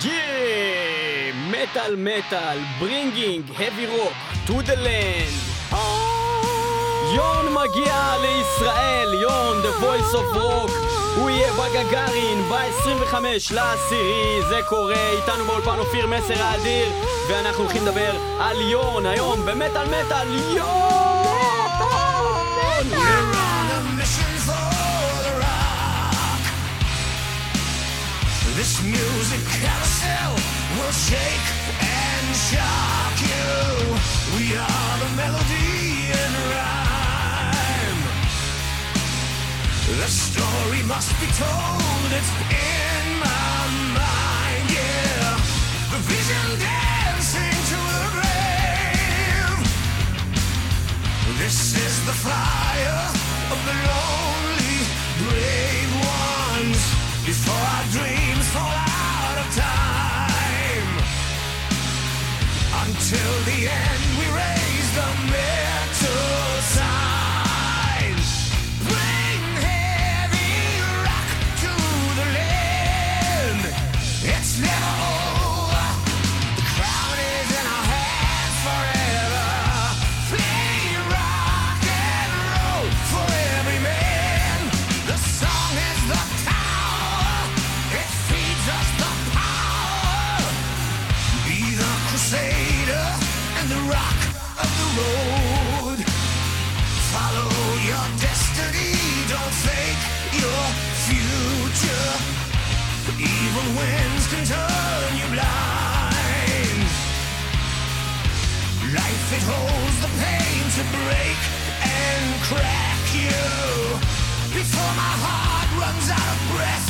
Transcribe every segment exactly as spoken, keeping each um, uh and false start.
Yeah! Metal metal, bringing heavy rock to the land. יון מגיע לישראל, יון, the voice of rock. הוא יהיה בגגארין ב-עשרים וחמישה לעשירי, זה קורה. איתנו באולפן אופיר מסר האדיר, ואנחנו הולכים לדבר על יון היום במטל מטל. יון! We're on a mission for the rock. This music carousel will shake and shock you. We are the melody and rhyme. The story must be told, it's in my mind, yeah. The vision dancing to the grave. This is the fire of the lonely, brave ones. Before our dreams fall out of time, until the end we raise the metal sign. Bring heavy rock to the land. It's never over. The crown is in our hands forever. Play rock and roll for every man. The song is the tower. It feeds us the power. Be the crusader and the rock of the road. Follow your destiny, don't fake your future. Evil winds can turn you blind. Life, it holds the pain to break and crack you. Before my heart runs out of breath,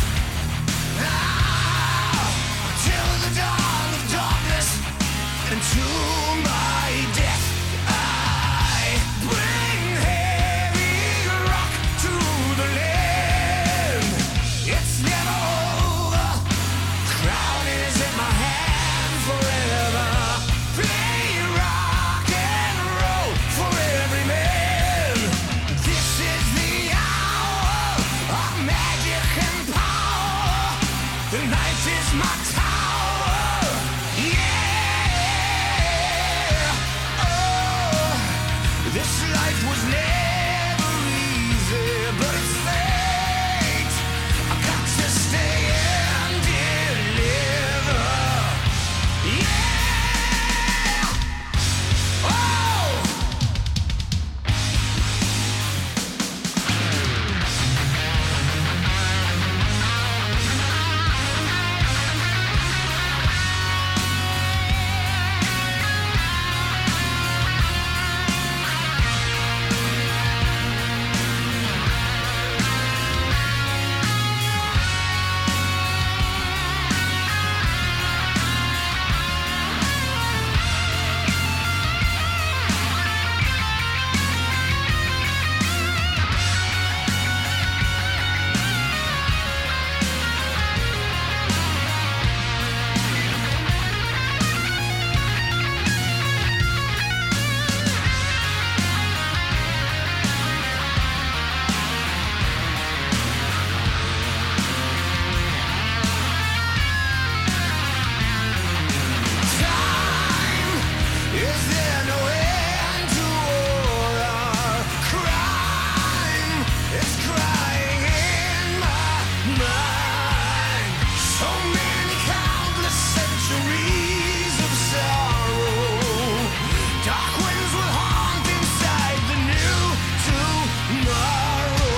ah, till the dawn of darkness, and to my death I bring heavy rock to the land. It's never over. Crown is in my hand forever. Play rock and roll for every man. This is the hour of magic and power. The night is my tower. Yeah. Oh, this life was never easy, but it's fate. I got to stay and deliver. Yeah. Oh. Time, is there no end to all our crime? It's crying in my mind. So many countless centuries of sorrow. Dark winds will haunt inside the new tomorrow.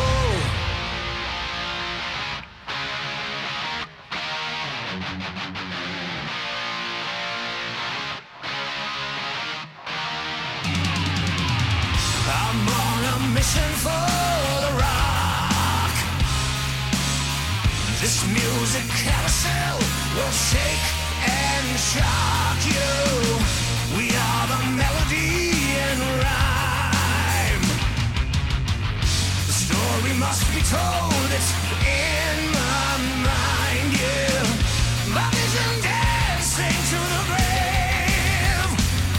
I'm on a mission for the rock. This music carousel will shake and shock you. We are the melody and rhyme. The story must be told, it's in my mind, yeah. My vision dancing to the grave.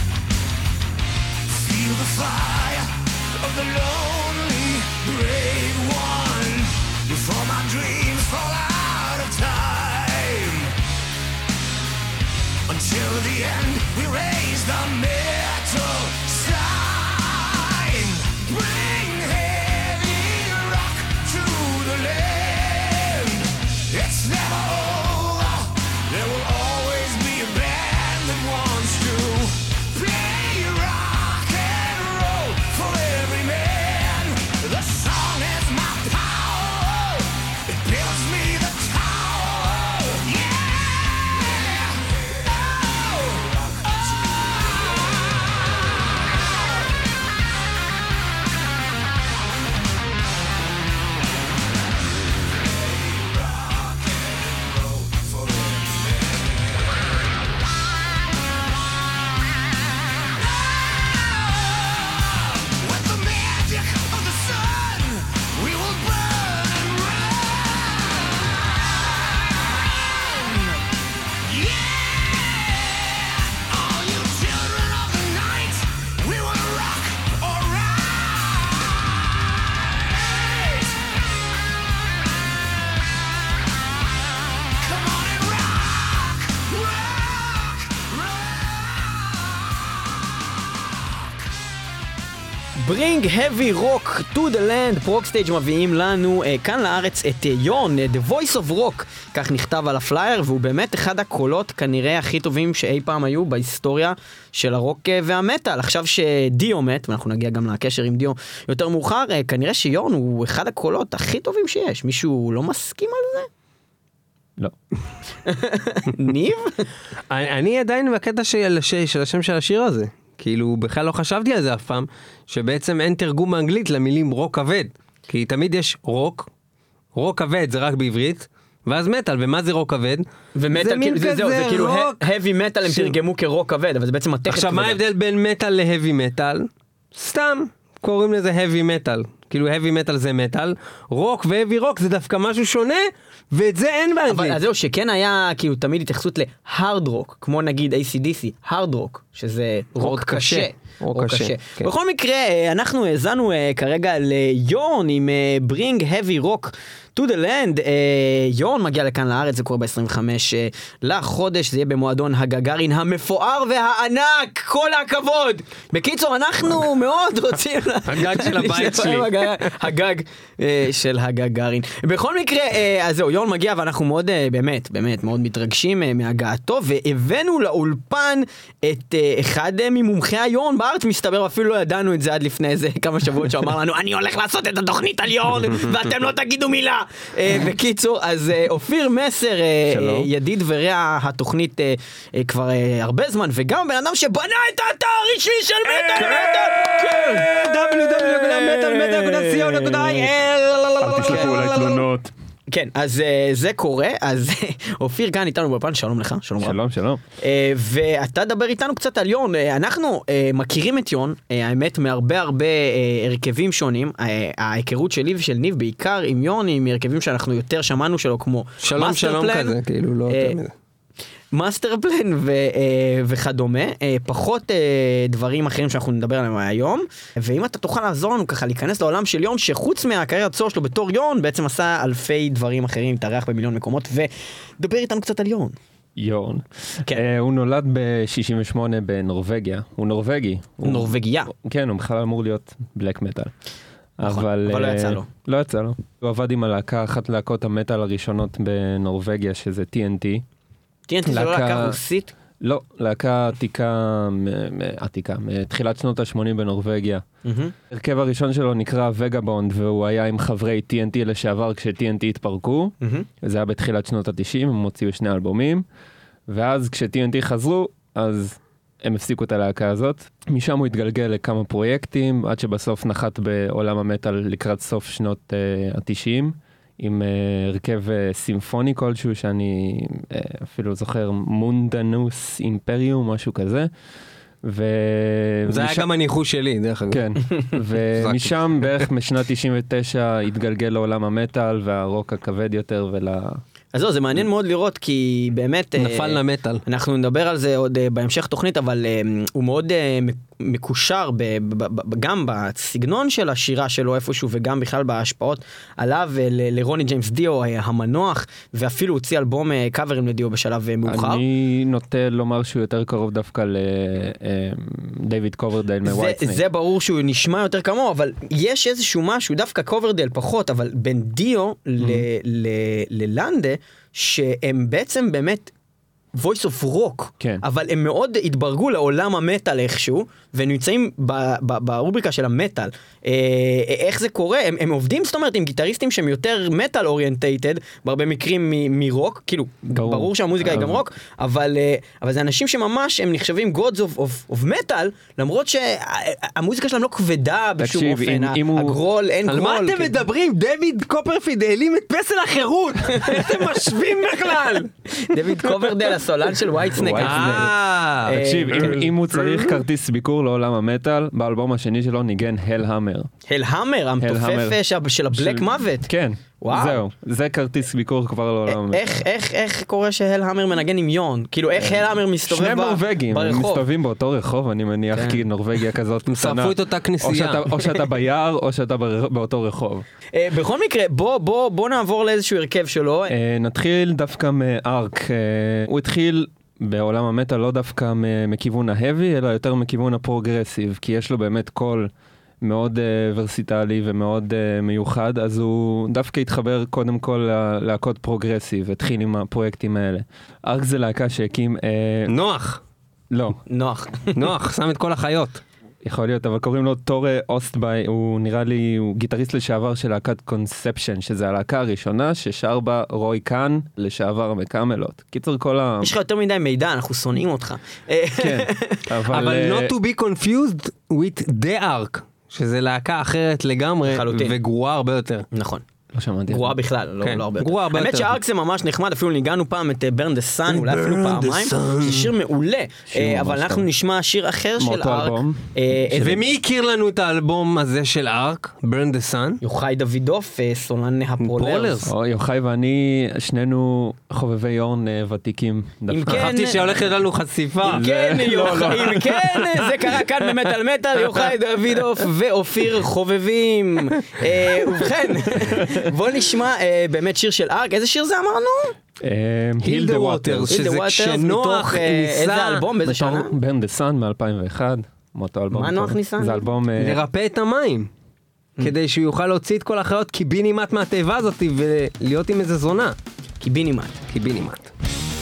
Feel the fire of the lonely, brave one. Before my dreams fall out of time, Bring heavy rock to the land, פרוקסטייג' מביאים לנו uh, כאן לארץ את יורן, uh, The Voice of Rock, כך נכתב על הפלייר, והוא באמת אחד הקולות כנראה הכי טובים שאי פעם היו בהיסטוריה של הרוק uh, והמטל. עכשיו שדיו מת, ואנחנו נגיע גם לקשר עם דיו יותר מאוחר, uh, כנראה שיורן הוא אחד הקולות הכי טובים שיש. מישהו לא מסכים על זה? לא. ניב? אני עדיין בקטע של השם של השיר הזה. כאילו, בכלל לא חשבתי על זה אף פעם, שבעצם אין תרגום באנגלית למילים רוק כבד. כי תמיד יש רוק, רוק כבד זה רק בעברית, ואז מטל, ומה זה רוק כבד? ומטל, כאילו, זה, זהו, זה כאילו heavy metal הם תרגמו כרוק כבד, אבל זה בעצם מתכת כבד. עכשיו, מה ההבדל בין מטל להבי מטל? סתם, קוראים לזה heavy metal. כאילו, heavy metal זה מטל, רוק והבי רוק זה דווקא משהו שונה, ואת זה אין באנגלית. אבל זהו, שכן היה כאילו תמיד התייחסות להארד רוק, כמו נגיד איי סי די סי, הארד רוק, שזה רוק קשה. רוק קשה. בכל מקרה, אנחנו האזנו כרגע ליורן עם Bring Heavy Rock to the Land. יורן מגיע לכאן לארץ, זה קורה ב-עשרים וחמישה לחודש, זה יהיה במועדון הגגארין המפואר והענק, כל הכבוד. בקיצור, אנחנו מאוד רוצים... הגג של הבית שלי. הגג של הגגארין. בכל מקרה, אז זהו, יורן מגיע ואנחנו מאוד, באמת, באמת, מאוד מתרגשים מהגעתו, והבאנו לאולפן את אחד ממומחי היורן בארץ, מסתבר, אפילו לא ידענו את זה עד לפני איזה כמה שבועות שאמר לנו, אני הולך לעשות את התוכנית על יורן, ואתם לא תגידו מילה. בקיצור, אז אופיר מסר, ידיד ורע התוכנית כבר הרבה זמן, וגם בן אדם שבנה את האתר הרשמי של מטל מטל, דאבליו דאבליו דוט מטל מטל דוט סי או דוט איי אל. אל תשלחו אולי תלונות. כן, אז זה קורה, אז אופיר כאן איתנו בפן, שלום לך, שלום רב. שלום, שלום. ואתה דבר איתנו קצת על יורן, אנחנו מכירים את יורן, האמת מהרבה הרבה הרכבים שונים, ההיכרות שלי ושל ניב בעיקר עם יורן, עם הרכבים שאנחנו יותר שמענו שלו, כמו שלום שלום כזה, כאילו לא יותר מזה. מאסטר פלן ו, וכדומה, פחות דברים אחרים שאנחנו נדבר עליהם היום, ואם אתה תוכל לעזור לנו ככה להיכנס לעולם של יורן, שחוץ מהקריירת סולו שלו בתור יורן, בעצם עשה אלפי דברים אחרים, התארח במיליון מקומות, ודבר איתנו קצת על יורן. יורן. כן. Uh, הוא נולד ב-שישים ושמונה בנורווגיה, הוא נורווגי. הוא נורווגיה. כן, הוא בכלל אמור להיות בלק מטל. נכון, אבל, אבל לא יצא לו. לא יצא לו. הוא עבד עם הלהקה, אחת להקות המטל הראשונות בנורווגיה, שזה טי אן טי. טי אן טי זה לא להקה רוסית? לא, להקה עתיקה, עתיקה, מתחילת שנות ה-שמונים בנורווגיה. הרכב הראשון שלו נקרא וגאבונד, והוא היה עם חברי טי אן טי לשעבר כש-טי אן טי התפרקו. זה היה בתחילת שנות ה-תשעים, הם הוציאו שני אלבומים. ואז כש-טי אן טי חזרו, אז הם הפסיקו את הלהקה הזאת. משם הוא התגלגל לכמה פרויקטים, עד שבסוף נחת בעולם המטל לקראת סוף שנות ה-תשעים. עם uh, הרכב uh, סימפוני כלשהו, שאני uh, אפילו זוכר, מונדנוס אימפריום, משהו כזה. ו... זה היה גם הניחוש שלי, דרך אגב. כן, ומשם בערך משנת תשעים ותשע התגלגל לעולם המטל, והרוק הכבד יותר ול... אז זהו, זה מעניין מאוד לראות, כי באמת... נפל למטל. אנחנו נדבר על זה עוד בהמשך תוכנית, אבל הוא מאוד מקושר גם בסגנון של השירה שלו איפשהו, וגם בכלל בהשפעות עליו לרוני ג'יימס דיו, המנוח, ואפילו הוציא אלבום קאברים לדיו בשלב מאוחר. אני נוטה לומר שהוא יותר קרוב דווקא לדייוויד קוברדייל מווייטסנייק. זה ברור שהוא נשמע יותר כמוהו, אבל יש איזשהו משהו, דווקא קוברדייל פחות, אבל בין דיו ללנדה, שהם בעצם באמת voice of rock, כן. אבל הם מאוד התברגו לעולם המטל איכשהו, ונמצאים ברובריקה של המטל. איך זה קורה? הם, הם עובדים, זאת אומרת, עם גיטריסטים שהם יותר מטל אוריינטייטד, בהרבה מקרים מרוק, כאילו, ברור, ברור שהמוזיקה היא גם רוק, אבל, אבל זה אנשים שממש, הם נחשבים gods of, of, of metal, למרות שהמוזיקה שלהם לא כבדה בשום תקשיב, אופן, אם, אם הוא... הגרול, אין על גרול. מה אתם כן. מדברים? דויד קופרפילד העלים את פסל החירות! אתם משווים בכלל! דויד קוברדל, הסולן של ווייטסנייק. תקשיב, אם הוא צריך כרטיס ביקור לעולם המטל, באלבום השני שלו ניגן הל המר. הל המר, המתופף של הבלק מוות. כן, זהו, זה כרטיס ביקור כבר לעולם המטל. איך קורה שהל המר מנגן עם יון? כאילו איך הל המר מסתובב ברחוב? שני נורווגים, הם מסתובבים באותו רחוב, אני מניח, כי נורווגיה כזאת קטנה. שרפו את אותה כנסייה. או שאתה ביער, או שאתה באותו רחוב. בכל מקרה, בוא נעבור לאיזשהו הרכב שלו. נתחיל דווקא מארק. הוא התחיל בעולם המטל לא דווקא מכיוון ההבי, אלא יותר מכיוון הפרוגרסיב, כי יש לו באמת קול מאוד uh, ורסיטלי ומאוד uh, מיוחד, אז הוא דווקא התחבר קודם כל ללהקות פרוגרסיב, התחיל עם הפרויקטים האלה. ארק זה להקה שהקים... Uh, נוח. לא. נוח. נוח, שם את כל החיות. יכול להיות, אבל קוראים לו טורה אוסטביי, הוא נראה לי, הוא גיטריסט לשעבר של להקת קונספשן, שזה הלהקה הראשונה ששר בה רוי קאן, לשעבר מקאמלות. קיצור כל ה... יש לך יותר מדי מידע, אנחנו שונאים אותך. כן, אבל... אבל not to be confused with the ark, שזה להקה אחרת לגמרי, לחלוטין. וגרועה הרבה יותר. נכון. לא שמעתי. גרועה בכלל, לא, כן, לא הרבה גרועה הרבה האמת יותר. שהארק זה ממש נחמד, אפילו ניגענו פעם את ברן דה סאן, אולי אפילו פעמיים, זה שיר מעולה, אה, אבל אנחנו נשמע שיר אחר של מאותו ארק. אלבום. אה, איזה- ומי הכיר לנו את האלבום הזה של ארק? ברן דה סאן? יוחאי דוידוף, אה, סולן הפולרס. פולרס. או, יוחאי ואני, שנינו חובבי יורן אה, ותיקים. דווקא. כן. חשבתי שהולכת לנו חשיפה. אם כן, זה- לא, יוחאי, לא. אם כן, זה קרה כאן במטל מטל, יוחאי דוידוף ואופיר חובבים. אה, ובכן, בוא נשמע אה, באמת שיר של ארק, איזה שיר זה אמרנו? Heal the Waters, שזה Waters, כשנוח מתוך, אה, ניסה... איזה אלבום, באיזה שנה? ברן דה סאן מ-אלפיים ואחת, מאותו אלבום. מה נוח ניסן? זה אלבום... אה, לרפא את המים. כדי שהוא יוכל להוציא את כל החיות קיבינימט מהתיבה הזאת ולהיות עם איזה זונה. קיבינימט. קיבינימט.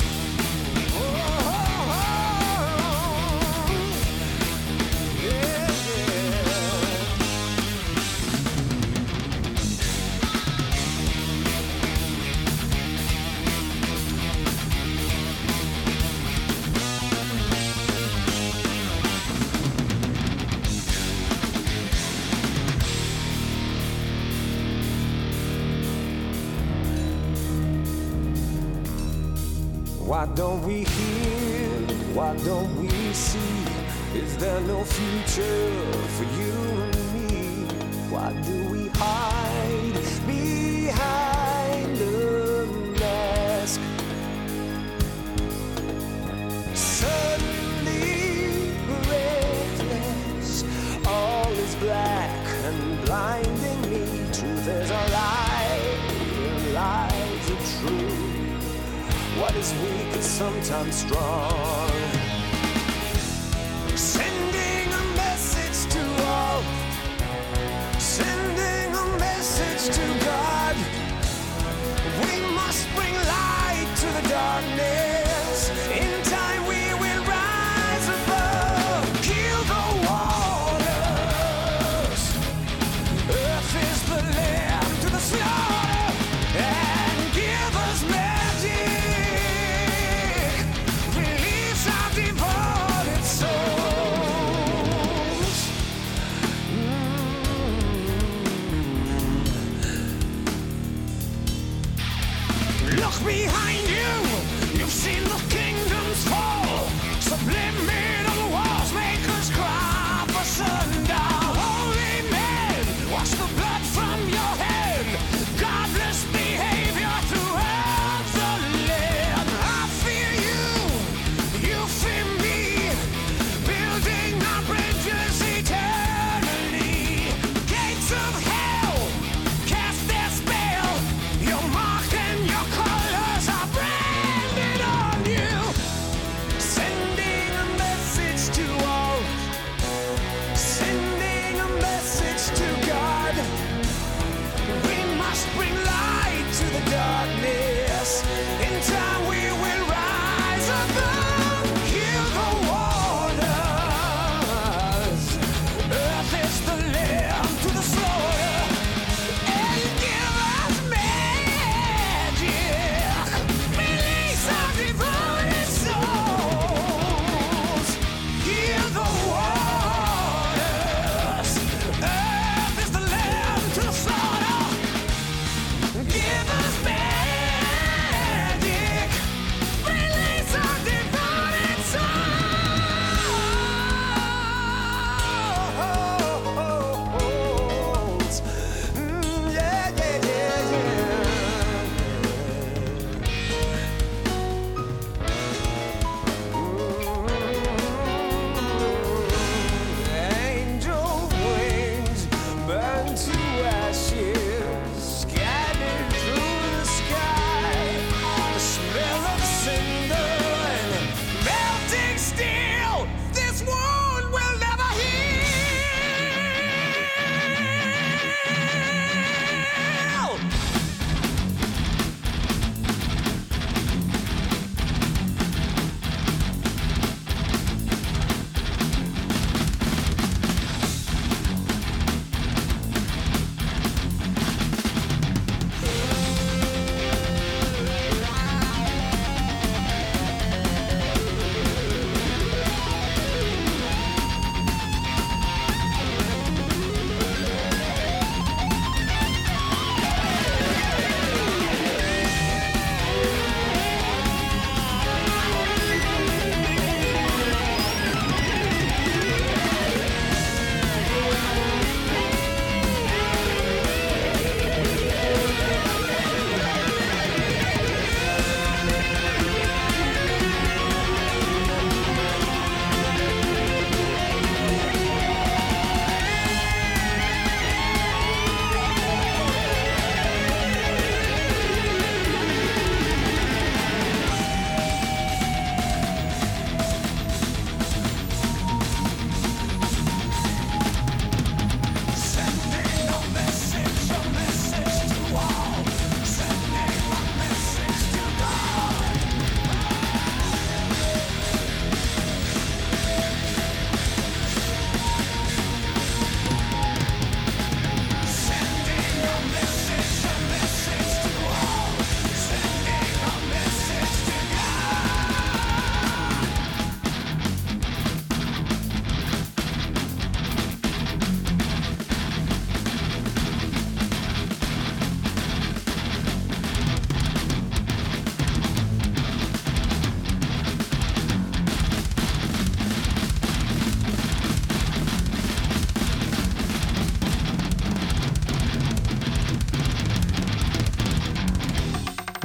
Why don't we hear? Why don't we see? Is there no future for you and me? Why do we hide behind a mask? Suddenly breathless, all is black and blinding me. Truth is a lie, lies are true. What is weak is sometimes strong. Sending a message to all, sending a message to God. We must bring light to the darkness. In time we will rise above. Kill the waters. Earth is the lamb to the slaughter, and give us magic. Release our devoted souls. Look behind you. You've seen the kingdoms fall. Subliminal walls make us cry for sundown. Holy men, wash the blood from your head. Godless behavior throughout the land. I fear you, you fear me. Building our bridges eternally. Gates of hell cast their spell. Your mark and your colors are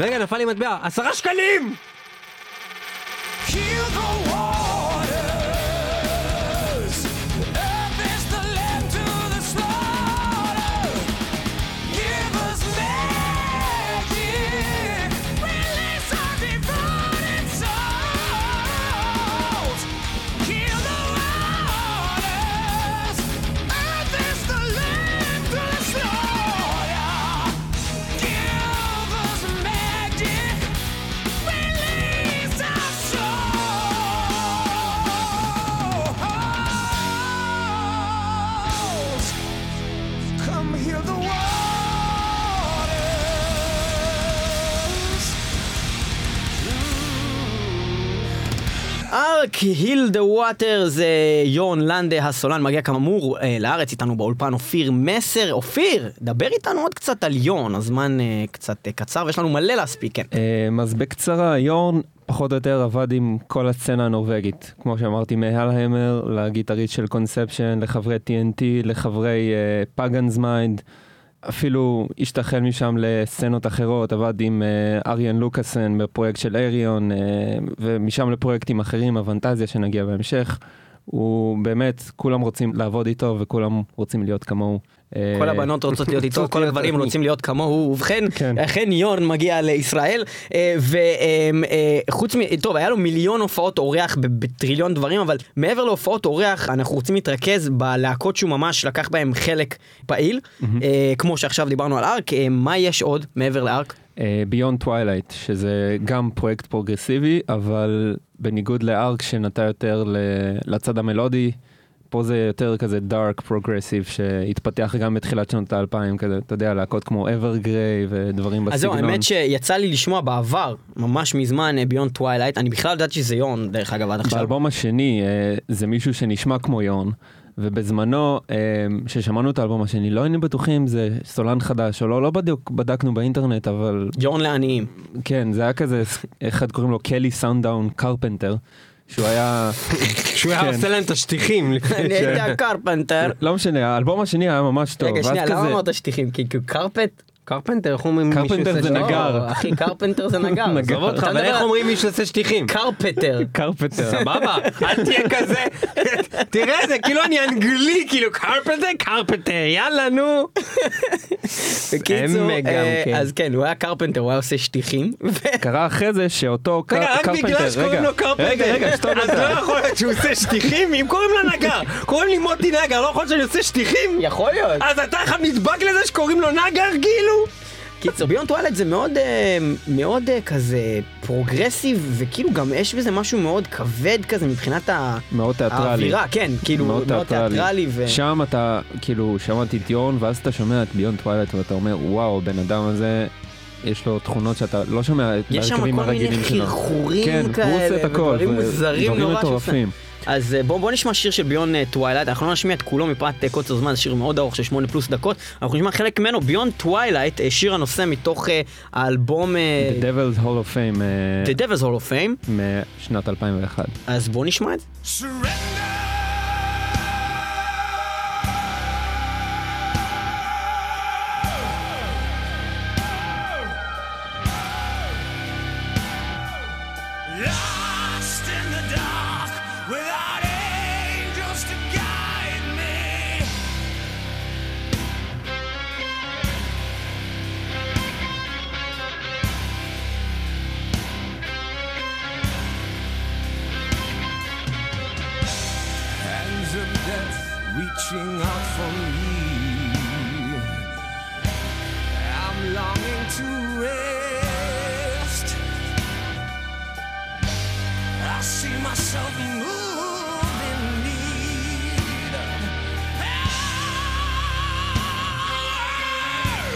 רגע, נפל לי מטבע, עשרה שקלים! Heal the waters. Earth is the land to the slaughter. Give us magic. Release our devoted souls. Heal the waters. Earth is the land to the slaughter. Give us magic. Release our souls. Come heal the waters. ארק היל דה ווטר זה יורן לנדה הסולן, מגיע כאמור אה, לארץ, איתנו באולפן אופיר מסר. אופיר, דבר איתנו עוד קצת על יורן, הזמן אה, קצת אה, קצר ויש לנו מלא להספיק, כן. אה, אז בקצרה, יורן פחות או יותר עבד עם כל הסצנה הנורווגית, כמו שאמרתי, מהלהיימר לגיטריסט של קונספשן, לחברי טי אן טי, לחברי פאגנס מיינד, אפילו השתחל משם לסצנות אחרות, עבד עם אה, אריאן לוקאסן בפרויקט של אריון, אה, ומשם לפרויקטים אחרים, הפנטזיה שנגיע בהמשך. הוא באמת, כולם רוצים לעבוד איתו וכולם רוצים להיות כמוהו. אה, כל הבנות רוצות להיות איתו, כל הגברים רוצים להיות כמוהו, ובכן, כן. אכן יורן מגיע לישראל, אה, וחוץ מ... טוב, היה לו מיליון הופעות אורח ב- בטריליון דברים, אבל מעבר להופעות אורח, אנחנו רוצים להתרכז בלהקות שהוא ממש לקח בהם חלק פעיל, אה, כמו שעכשיו דיברנו על ארק. אה, מה יש עוד מעבר לארק? ביונד טווילייט, שזה גם פרויקט פרוגרסיבי, אבל בניגוד לארק שנטע יותר ל- לצד המלודי, פה זה יותר כזה דארק פרוגרסיב שהתפתח גם בתחילת שנות האלפיים, כזה, אתה יודע, להקות כמו אברגריי ודברים בסגנון. אז זהו, האמת שיצא לי לשמוע בעבר, ממש מזמן, ביונד טווילייט, אני בכלל יודעת שזה יורן, דרך אגב, עד עכשיו. באלבום השני, אה, זה מישהו שנשמע כמו יורן, ובזמנו, אה, ששמענו את האלבום השני, לא היינו בטוחים זה סולן חדש, או לא, לא בדיוק בדקנו באינטרנט, אבל... יורן לעניים. כן, זה היה כזה, אחד קוראים לו קלי סאונדאון קרפנטר, שהוא היה... שהוא היה עושה להם את השטיחים. אני הייתי הקרפנטר. לא משנה, האלבום השני היה ממש טוב. רגע, שנייה, ואז למה כזה- אמרת שטיחים? כי כאילו קרפט? קרפנטר, איך אומרים מישהו קרפנטר עושה זה שטיחים? נגר. לא, אחי, קרפנטר זה נגר. נגר. עזוב אותך, אבל אתה איך מדבר אומרים מישהו עושה שטיחים? קרפטר. קרפנטר. סבבה, אל תהיה כזה, תראה זה, כאילו אני אנגלי, כאילו קרפנטר, קרפנטר, יאללה נו. בקיצור, הם גם אה, כן. אז כן, הוא היה קרפנטר, הוא היה עושה שטיחים. קרה אחרי זה שאותו קר- רגע, רק קרפנטר, בגלל שקוראים רגע, לו קרפנטר, רגע, רגע, שתוק אז אתה. לא יכול להיות שהוא עושה שטיחים, אם קוראים לו נגר, קוראים לי מוטי נגר, לא יכול להיות שאני עושה שטיחים? יכול להיות. אז אתה אחד נדבק לזה שקוראים לו נגר, כאילו? קיצור, ביונד טווילייט זה מאוד, אה, מאוד אה, כזה פרוגרסיב, וכאילו גם יש בזה משהו מאוד כבד כזה מבחינת ה- מאוד תיאטרלי. האווירה, כן, כאילו מאוד תיאטרלי. ו- שם אתה, כאילו, שמעתי את יורן, ואז אתה שומע את ביונד טווילייט, ואתה אומר, וואו, בן אדם הזה, יש לו תכונות שאתה לא שומע את יש שם בהרכבים כל מיני הרגילים שלו. חרחורים כן, כאלה, הוא עושה את הכל, ודברים ו- מוזרים דברים נורא שהוא מטורפים. אז בואו בוא נשמע שיר של ביונד טווילייט, אנחנו לא נשמיע את כולו מפאת אה, קוצר זמן, זה שיר מאוד ארוך של שמונה פלוס דקות, אנחנו נשמע חלק ממנו, ביונד טווילייט, אה, שיר הנושא מתוך אה, האלבום אה, The Devil's Hall of Fame אה, The Devil's Hall of Fame, משנת אלפיים ואחת. אז בואו נשמע את זה. Surrender. Lost in the dark without angels to guide me. Hands of death reaching out for me. I'm longing to rest. I see myself moving need power.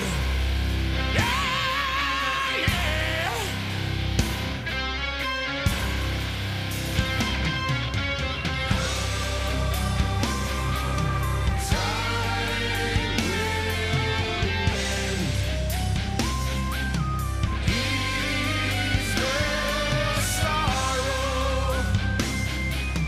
Yeah, yeah. Ease the sorrow.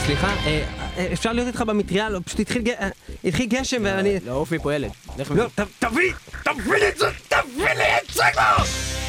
סליחה, אה, אה, אפשר להיות איתך במטריה? לא, פשוט התחיל ג- אה, התחיל גשם ואני... לעוף מפה ילד. לך לא, מפה. ת- תביא! תביא לי את זה! תביא לי את זה כבר!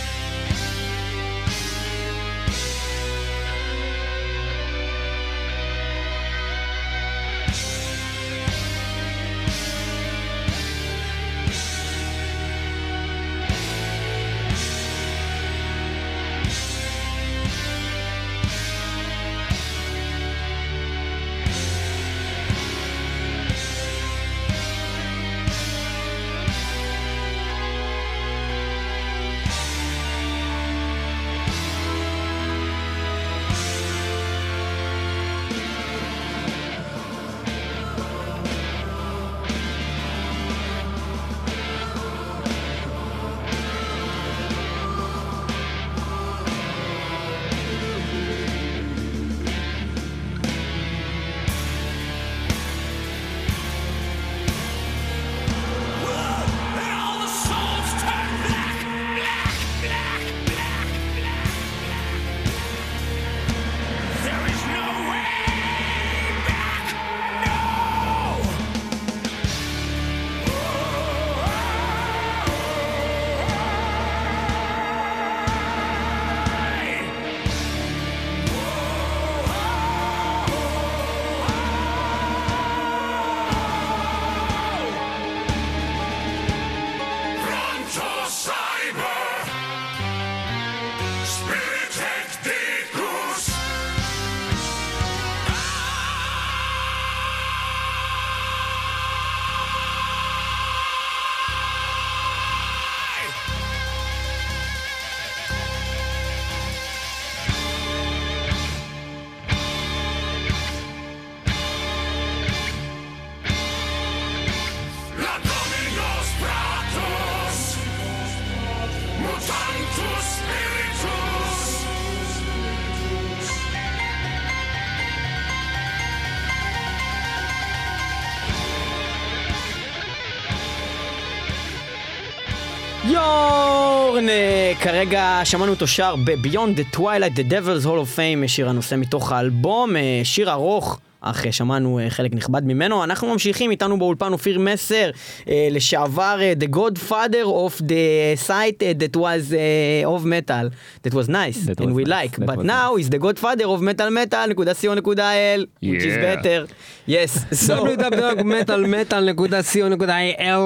יורן, כרגע שמענו אותו שר ב-Beyond the Twilight, The Devil's Hall of Fame, שיר הנושא מתוך האלבום, שיר ארוך, אך שמענו חלק נכבד ממנו. אנחנו ממשיכים, איתנו באולפן אופיר מסר, לשעבר The Godfather of the site that was uh, of metal, that was nice, That and was we nice. like, That but was now is the Godfather of metal metal נקודה co נקודה il, which is Yeah. better. Yes, so... מטל מטל נקודה co נקודה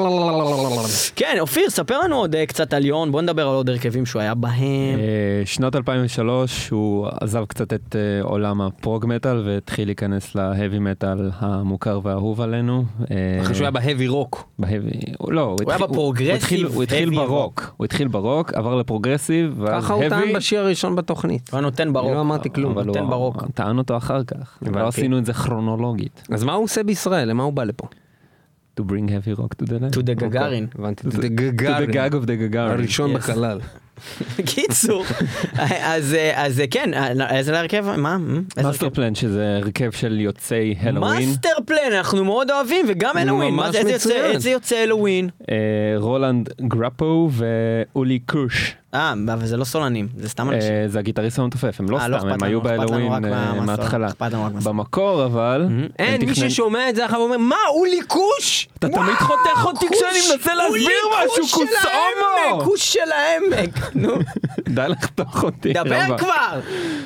il. כן, אופיר, ספר לנו עוד uh, קצת על יון, בוא נדבר על עוד הרכבים שהוא היה בהם. אה, שנת אלפיים ושלוש הוא עזב קצת את אה, עולם הפרוג מטל והתחיל להיכנס להאבי מטל המוכר והאהוב עלינו. אה, אחרי שהוא היה בהאבי רוק. בהאבי, לא, הוא היה התחיל- בפרוגרסיב, הוא התחיל- הוא התחיל heavy ברוק, הוא התחיל ברוק, עבר לפרוגרסיב, ואז ככה הוא טען heavy, בשיר הראשון בתוכנית. הוא נותן ברוק. אני לא אמרתי כלום. אבל נותן הוא- ברוק. טען אותו אחר כך, הבנתי. לא עשינו את זה כרונולוגית. אז מה הוא עושה בישראל? למה הוא בא לפה? To bring heavy rock to the land. To the גגארין. הבנתי. To the gag of the Gagarin. הראשון Yes. בחלל. קיצור, אז אז כן, איזה הרכב? מה? איזה מאסטר הרכב? פלן, שזה הרכב של יוצאי הלואוין. מאסטר פלן, אנחנו מאוד אוהבים, וגם הלואוין. מה ממש זה, איזה יוצא- מצוין. איזה יוצא הלואוין? אה, רולנד גרפו ואולי קוש. אה, אבל זה לא סולנים, זה סתם אנשים. אה, זה הגיטריסט המתופף, הם לא אה, לא סתם, אכפת הם לנו, היו אכפת לנו בהלואוין רק אה, מהמסורת, מההתחלה. אכפת לנו רק מהמסורת. במקור אבל... הם אין, מי תכנן- ששומע את זה עכשיו אומר, מה, הוא ליקוש? אתה תמיד חותך אותי כשאני מנסה להסביר משהו, כוס הומו! כוס של העמק, נו, די לחתוך אותי. דבר רבה. כבר.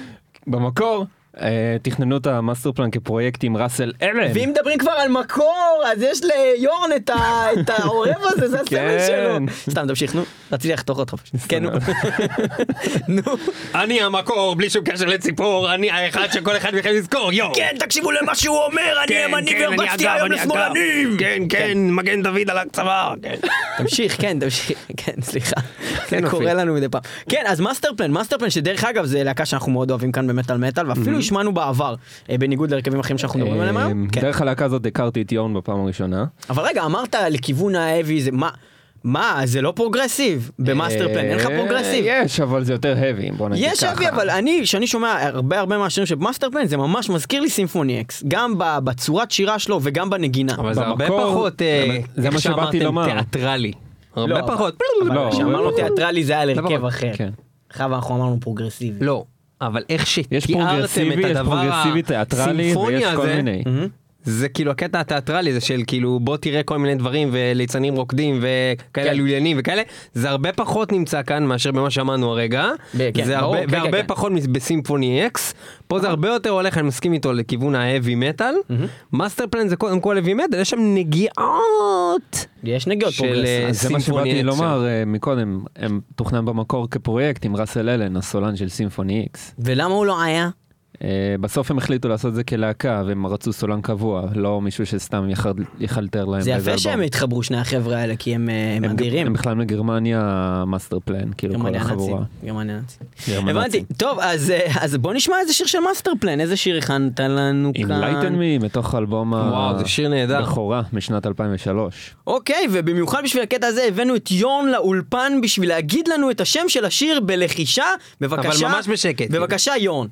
במקור, אה, תכננו את המאסטר פלן כפרויקט עם ראסל אלן. ואם מדברים כבר על מקור, אז יש ליורן את ה- את העורב הזה, זה הסמל כן. שלו. סתם, תמשיך, נו. רציתי לחתוך אותך. כן, נו. נו. אני המקור, בלי שום קשר לציפור, אני האחד שכל אחד מכם יזכור, יו! כן, תקשיבו למה שהוא אומר, אני ימני והרבצתי היום לשמאלנים. כן, כן, מגן דוד על הצוואר, כן. תמשיך, כן, תמשיך, כן, סליחה. כן, זה אופיר. קורה לנו מדי פעם. כן, אז מאסטר פלן, מאסטר פלן, שדרך אגב זה להקה שאנחנו מאוד אוהבים כאן במטל מטל, ואפילו השמענו בעבר, אה, בניגוד להרכבים אחרים שאנחנו מדברים עליהם היום. אה, כן. דרך הלהקה הזאת הכרתי את יורן בפעם הראשונה. אבל רגע, אמרת לכיוון האבי, זה מה? מה, זה לא פרוגרסיב במאסטר פלן, אין לך אה, פרוגרסיב. יש, אבל זה יותר heavy, בוא נגיד ככה. יש אבי, אבל אני, שאני שומע הרבה הרבה מהשירים של מאסטר פלן, זה ממש מזכיר לי סימפוני אקס, גם ב- בצורת שירה שלו וגם בנגינה. אבל זה הרבה במקור, פחות, אה, זה מה איך שבאתי שאמרתם, לומר. תיאטרלי. לא, הרבה פחות. אבל לא, כשאמרנו אבל- תיאטרלי זה היה על הרכב פחות, אחר. כן. עכשיו אנחנו אמרנו פרוגרסיבי. לא, אבל איך יש שתיארתם פרוגרסיבי, את יש הדבר פרוגרסיבי תיאטרלי ויש הסימפוניה כל הזה, מיני. זה כאילו הקטע התיאטרלי, זה של כאילו בוא תראה כל מיני דברים וליצנים רוקדים וכאלה כן. לוליינים וכאלה, זה הרבה פחות נמצא כאן מאשר במה שאמרנו הרגע, ב- כן, זה ברור, הרבה, כן, והרבה כן, כן. פחות בסימפוני אקס, פה זה הרבה יותר הולך, אני מסכים איתו לכיוון ההאבי מטאל, מאסטר פלן זה קודם כל האבי מטאל, יש שם נגיעות יש נגיעות של פרוגרסיב. אה, אז זה מה סימפוני שבאתי אקס. לומר אה, מקודם, הם תוכנן במקור כפרויקט עם ראסל אלן, הסולן של סימפוני איקס. ולמה הוא לא היה? אה, בסוף הם החליטו לעשות את זה כלהקה, והם רצו סולן קבוע, לא מישהו שסתם יחל- יחלטר להם זה באיזה יפה שהם אלבום. התחברו שני החבר'ה האלה, כי הם אה, הם הם אדירים. הם בכלל מגרמניה מאסטר פלן, כאילו כל גרמניה נאצית. החבורה. גרמניה נאצית. גרמניה הבנתי. נאצית. טוב, אז אה, אז בוא נשמע איזה שיר של מאסטר פלן. איזה שיר הכנת לנו כאן? Enlighten Me, מתוך אלבום וואו, זה שיר נהדר. הבכורה משנת אלפיים ושלוש. אוקיי, ובמיוחד בשביל הקטע הזה הבאנו את יון לאולפן בשביל להגיד לנו את השם של השיר בלחישה. בבקשה. אבל ממש בשקט. בבקשה, יון.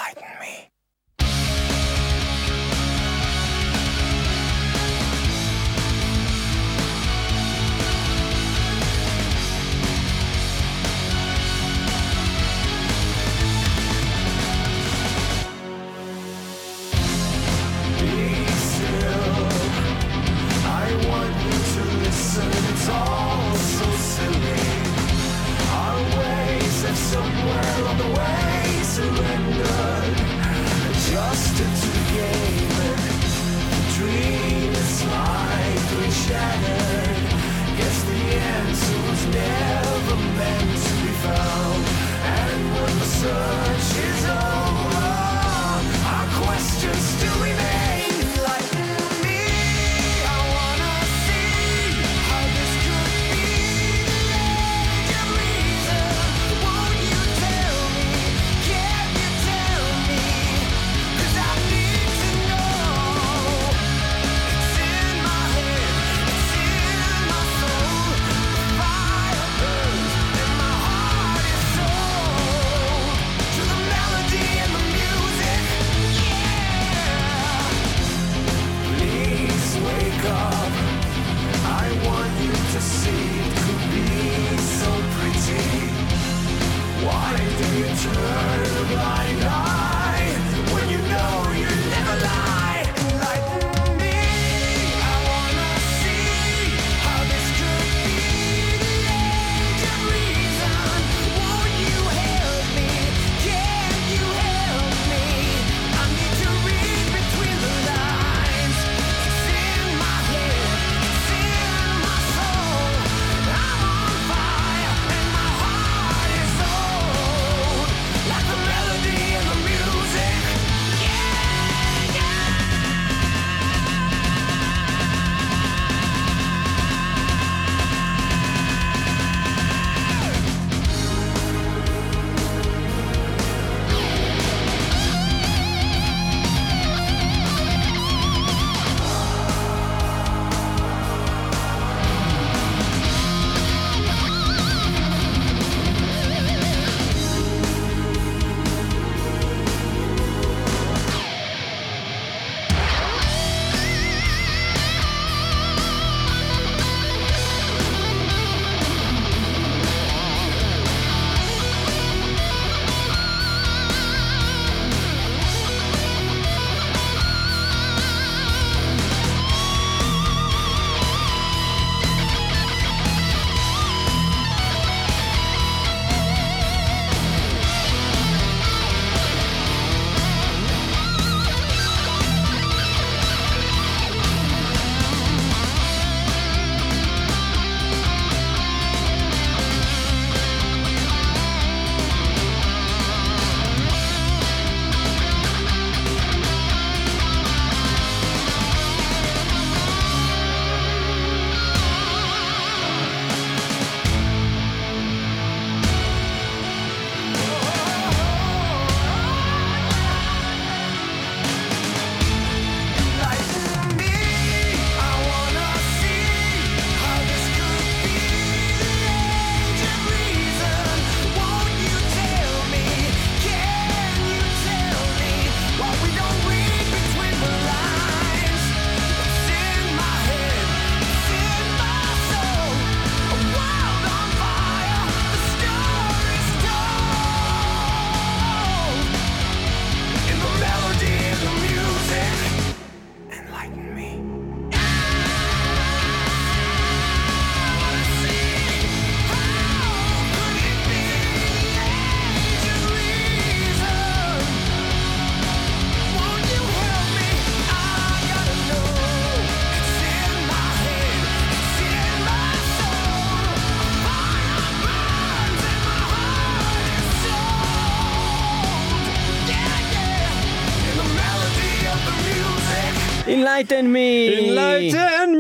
I want you to listen, it's all so silly. Our ways have somewhere on the way surrendered. Enlighten me. Enlighten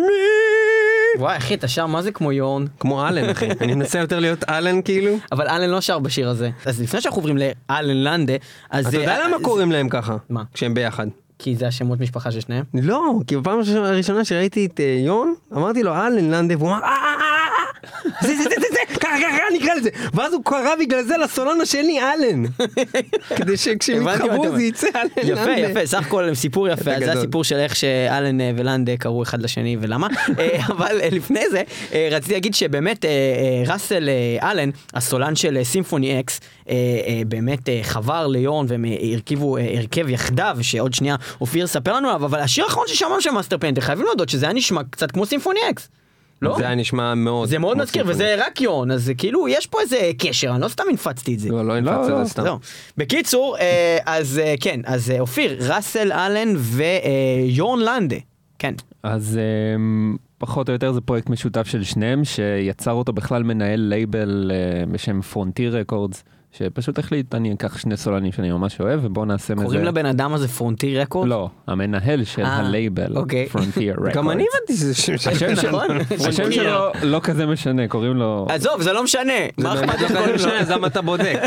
me. וואי, אחי, אתה שר מה זה כמו יורן? כמו אלן, אחי. אני מנסה יותר להיות אלן, כאילו. אבל אלן לא שר בשיר הזה. אז לפני שאנחנו עוברים לאלן לנדה, אז... אתה יודע למה קוראים להם ככה? מה? כשהם ביחד. כי זה השמות משפחה של שניהם? לא, כי בפעם הראשונה שראיתי את יון, אמרתי לו אלן לנדה, והוא אמר, אה, אה, אה, זה, זה, זה, זה, זה, ככה, ככה, נקרא לזה. ואז הוא קרא בגלל זה לסולן השני אלן. כדי שכשהם יתחברו זה יצא אלן לנדה. יפה, יפה, סך הכל סיפור יפה, זה הסיפור של איך שאלן ולנדה קראו אחד לשני ולמה. אבל לפני זה, רציתי להגיד שבאמת ראסל אלן, הסולן של סימפוני אקס, באמת חבר ליורן והם הרכיבו הרכב יחדיו, שעוד שנייה אופיר ספר לנו עליו, אבל השיר האחרון ששמענו של מאסטר פלן, חייבים להודות שזה היה נשמע קצת כמו סימפוני אקס. לא? זה היה נשמע מאוד. זה מאוד מזכיר, וזה רק יורן, אז כאילו יש פה איזה קשר, אני לא סתם הנפצתי את זה. לא, לא הנפצת את זה סתם. בקיצור, אז כן, אז אופיר, ראסל אלן ויורן לנדה, כן. אז פחות או יותר זה פרויקט משותף של שניהם, שיצר אותו בכלל מנהל לייבל בשם פרונטיר רקורדס, שפשוט החליט, אני אקח שני סולנים שאני ממש אוהב, ובואו נעשה מזה... קוראים לבן אדם הזה פרונטיר רקורד? לא, המנהל של הלייבל, פרונטיר רקורדס. גם אני הבנתי שזה שם שלו. השם שלו לא כזה משנה, קוראים לו... עזוב, זה לא משנה. מה אכפת לך קוראים לו? אז למה אתה בודק?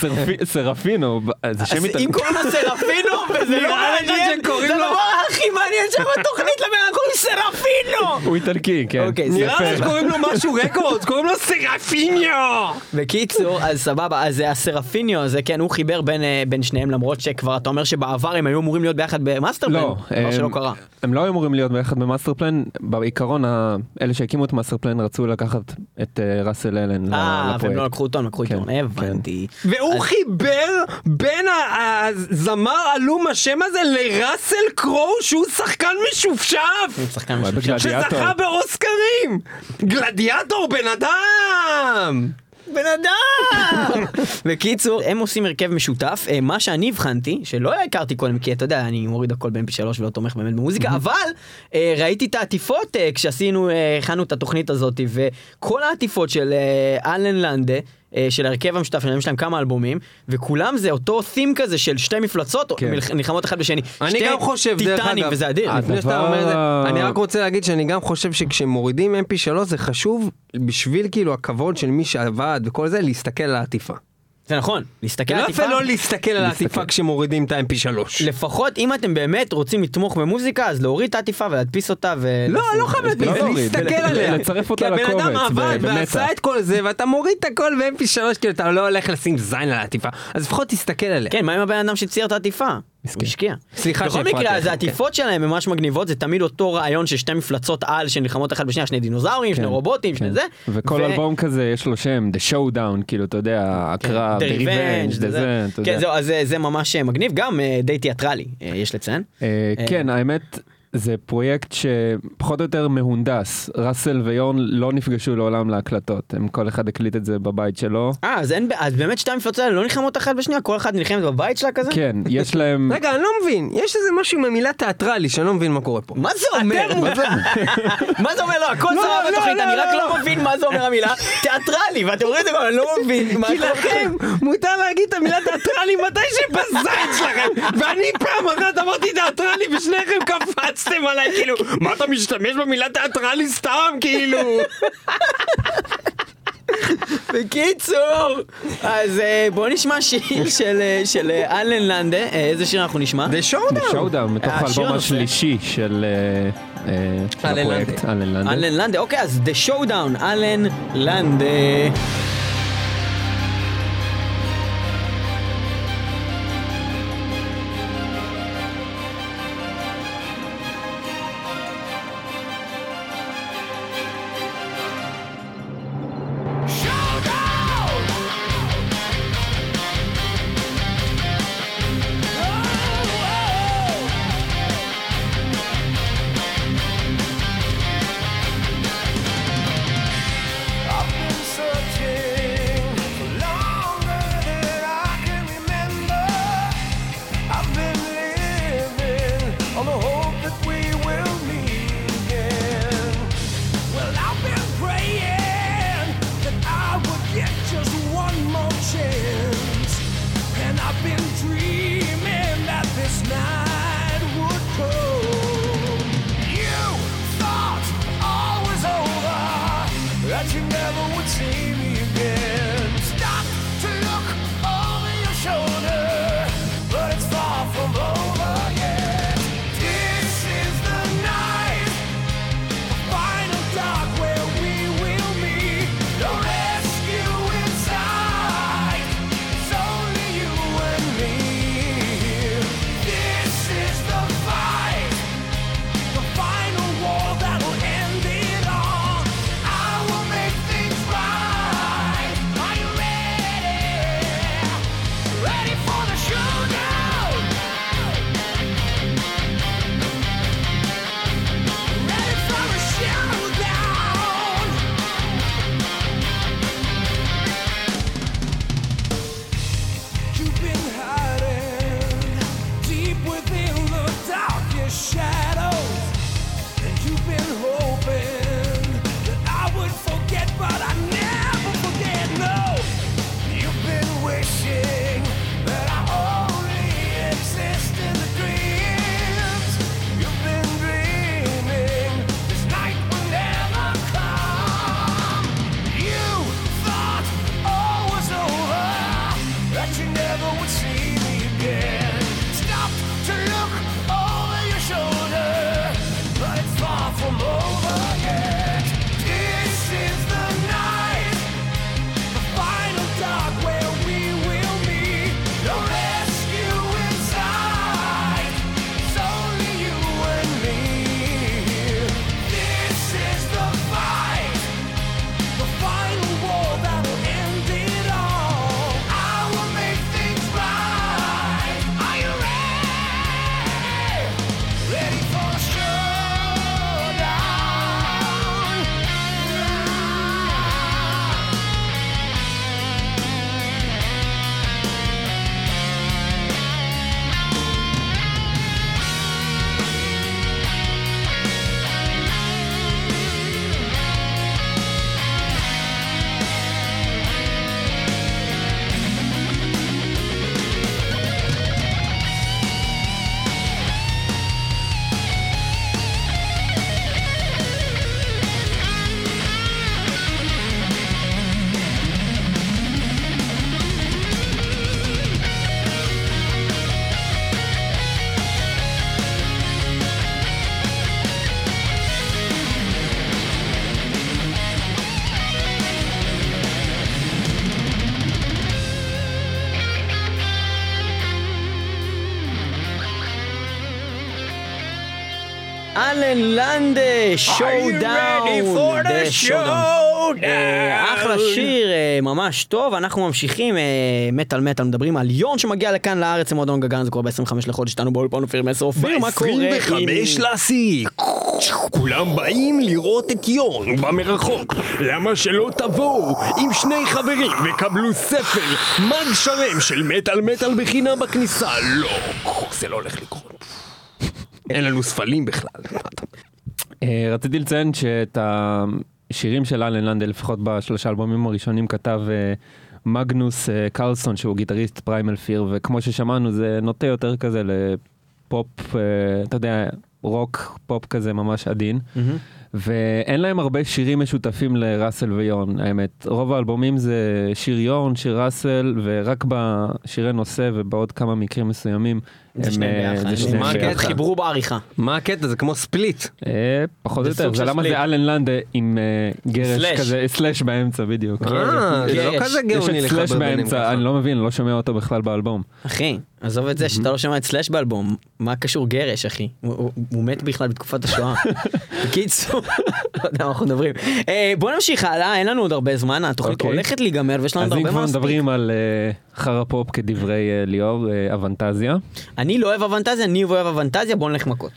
סרפינו, זה שם איתנו. אם קוראים לו סרפינו, וזה לא מעניין, זה הדבר הכי מעניין שם בתוכנית לבן, קוראים סרפינו! הוא איטלקי, כן. נראה לי שקוראים לו משהו רקורדס, קוראים לו סרפיניו! בקיצור, אז סבבה, אז הסרפיניו הזה, כן, הוא חיבר בין, בין שניהם, למרות שכבר אתה אומר שבעבר הם היו אמורים להיות ביחד במאסטר פלן, לא, דבר שלא קרה. הם לא היו אמורים להיות ביחד במאסטר פלן, בעיקרון, אלה שהקימו את מאסטר פלן רצו לקחת את ראסל אלן לפרויקט. אה, והם לא לקחו אותו, הם לקחו איתו, הבנתי. והוא חיבר בין הזמר עלום השם הזה לראסל קרו, שהוא שחקן משופשף! שחקן משופשף. שזכה באוסקרים! גלדיאטור, בן אדם! בן אדם! בקיצור, הם עושים הרכב משותף, מה שאני הבחנתי, שלא הכרתי קודם, כי אתה יודע, אני מוריד הכל ב-אם פי שלוש ולא תומך באמת במוזיקה, אבל ראיתי את העטיפות כשעשינו, הכנו את התוכנית הזאת, וכל העטיפות של אלן לנדה, של הרכב המשותף, יש להם כמה אלבומים, וכולם זה אותו תים כזה של שתי מפלצות, נלחמות אחד בשני. אני גם חושב, דרך אגב, וזה אדיר. אני רק רוצה להגיד שאני גם חושב שכשמורידים אם פי שלוש זה חשוב, בשביל כאילו הכבוד של מי שעבד וכל זה, להסתכל על העטיפה. זה נכון, להסתכל על העטיפה. לא יפה לא להסתכל על העטיפה כשמורידים את ה-אם פי שלוש. לפחות אם אתם באמת רוצים לתמוך במוזיקה, אז להוריד את העטיפה ולהדפיס אותה ו... לא, לא חייב להדפיס, זה להסתכל עליה. לצרף אותה לקובץ. כי הבן אדם עבד ועשה את כל זה, ואתה מוריד את הכל ב-אם פי שלוש, כאילו אתה לא הולך לשים זין על העטיפה, אז לפחות תסתכל עליה. כן, מה עם הבן אדם שצייר את העטיפה? הוא השקיע. סליחה בכל מקרה, אז העטיפות שלהם ממש מגניבות, זה תמיד אותו רעיון של שתי מפלצות על שנלחמות אחד בשנייה, שני דינוזאורים, שני רובוטים, שני זה. וכל אלבום כזה יש לו שם, The Showdown, כאילו, אתה יודע, הקרב, The Revenge, זה, אתה יודע. כן, זהו, אז זה ממש מגניב, גם די תיאטרלי, יש לציין. כן, האמת... זה פרויקט שפחות או יותר מהונדס. ראסל ויורן לא נפגשו לעולם להקלטות. הם כל אחד הקליט את זה בבית שלו. אה, אז, אז באמת שתי המפלצות האלה לא נלחמות אחת בשנייה? כל אחד נלחמת בבית שלה כזה? כן, יש להם... רגע, אני לא מבין. יש איזה משהו עם המילה תיאטרלי שאני לא מבין מה קורה פה. מה זה אומר? מה זה אומר? לא, הכל סבבה בתוכנית, אני רק לא מבין מה זה אומר המילה תיאטרלי, ואתם רואים את זה, אני לא מבין. כי לכם מותר להגיד את המילה תיאטרלי מתי שבזית שלכם, ואני פעם אחת אמרתי תיאטרלי ושניכם קפצתם עליי, כאילו, מה אתה משתמש במילה תיאטרלי סתם, כאילו? בקיצור, אז בואו נשמע שיר של אלן לנדה. איזה שיר אנחנו נשמע? The Showdown. The Showdown, מתוך האלבום השלישי של הפרויקט אלן לנדה. אלן לנדה, אוקיי, אז The Showdown, אלן לנדה. I've been searching אלן לנדה, שואודאון. אחלה שיר, אה, ממש טוב. אנחנו ממשיכים, אה, מטל מטל, מדברים על יון שמגיע לכאן לארץ למועדון גגן, זה קורה ב-עשרים וחמישה לחודש, איתנו באולפן אופיר מסר. אופיר, מה קורה? ב-עשרים וחמישה לשיא, כולם באים לראות את יון במרחוק. למה שלא תבואו עם שני חברים וקבלו ספר מג שלם של מטל מטל בחינם בכניסה? לא, זה לא הולך לקרות. אין לנו ספלים בכלל. רציתי לציין שאת השירים של אלן לנדה, לפחות בשלושה אלבומים הראשונים, כתב מגנוס קרלסון, שהוא גיטריסט פריימל פיר, וכמו ששמענו זה נוטה יותר כזה לפופ, אתה יודע, רוק פופ כזה ממש עדין, ואין להם הרבה שירים משותפים לראסל ויון, האמת. רוב האלבומים זה שיר יון, שיר ראסל, ורק בשירי נושא ובעוד כמה מקרים מסוימים זה שניהם ביחד. מה הקטע? חיברו בעריכה. מה הקטע? זה כמו ספליט. פחות או זה יותר, סוג זה של למה ספליט. זה אלן לנדה עם אה, גרש סלאש. כזה, סלאש באמצע בדיוק. אה, זה לא יש- כזה יש גאוני את לחבר סלאש ביניהם באמצע, ככה. אני לא מבין, לא שומע אותו בכלל באלבום. אחי, עזוב את זה שאתה לא שומע את סלאש באלבום, מה קשור גרש, אחי? הוא- הוא הוא מת בכלל בתקופת השואה. בקיצור, לא יודע מה אנחנו מדברים. אה, בוא נמשיך הלאה, אין לנו עוד הרבה זמן, התוכנית אוקיי. הולכת להיגמר ויש לנו אז עוד אם הרבה כבר מה להספיק. מדברים על אה, חרא פופ כדברי אה, ליאור, אה, אבנטזיה. אני לא אוהב אבנטזיה, אני אוהב אבנטזיה, בוא נלך מכות.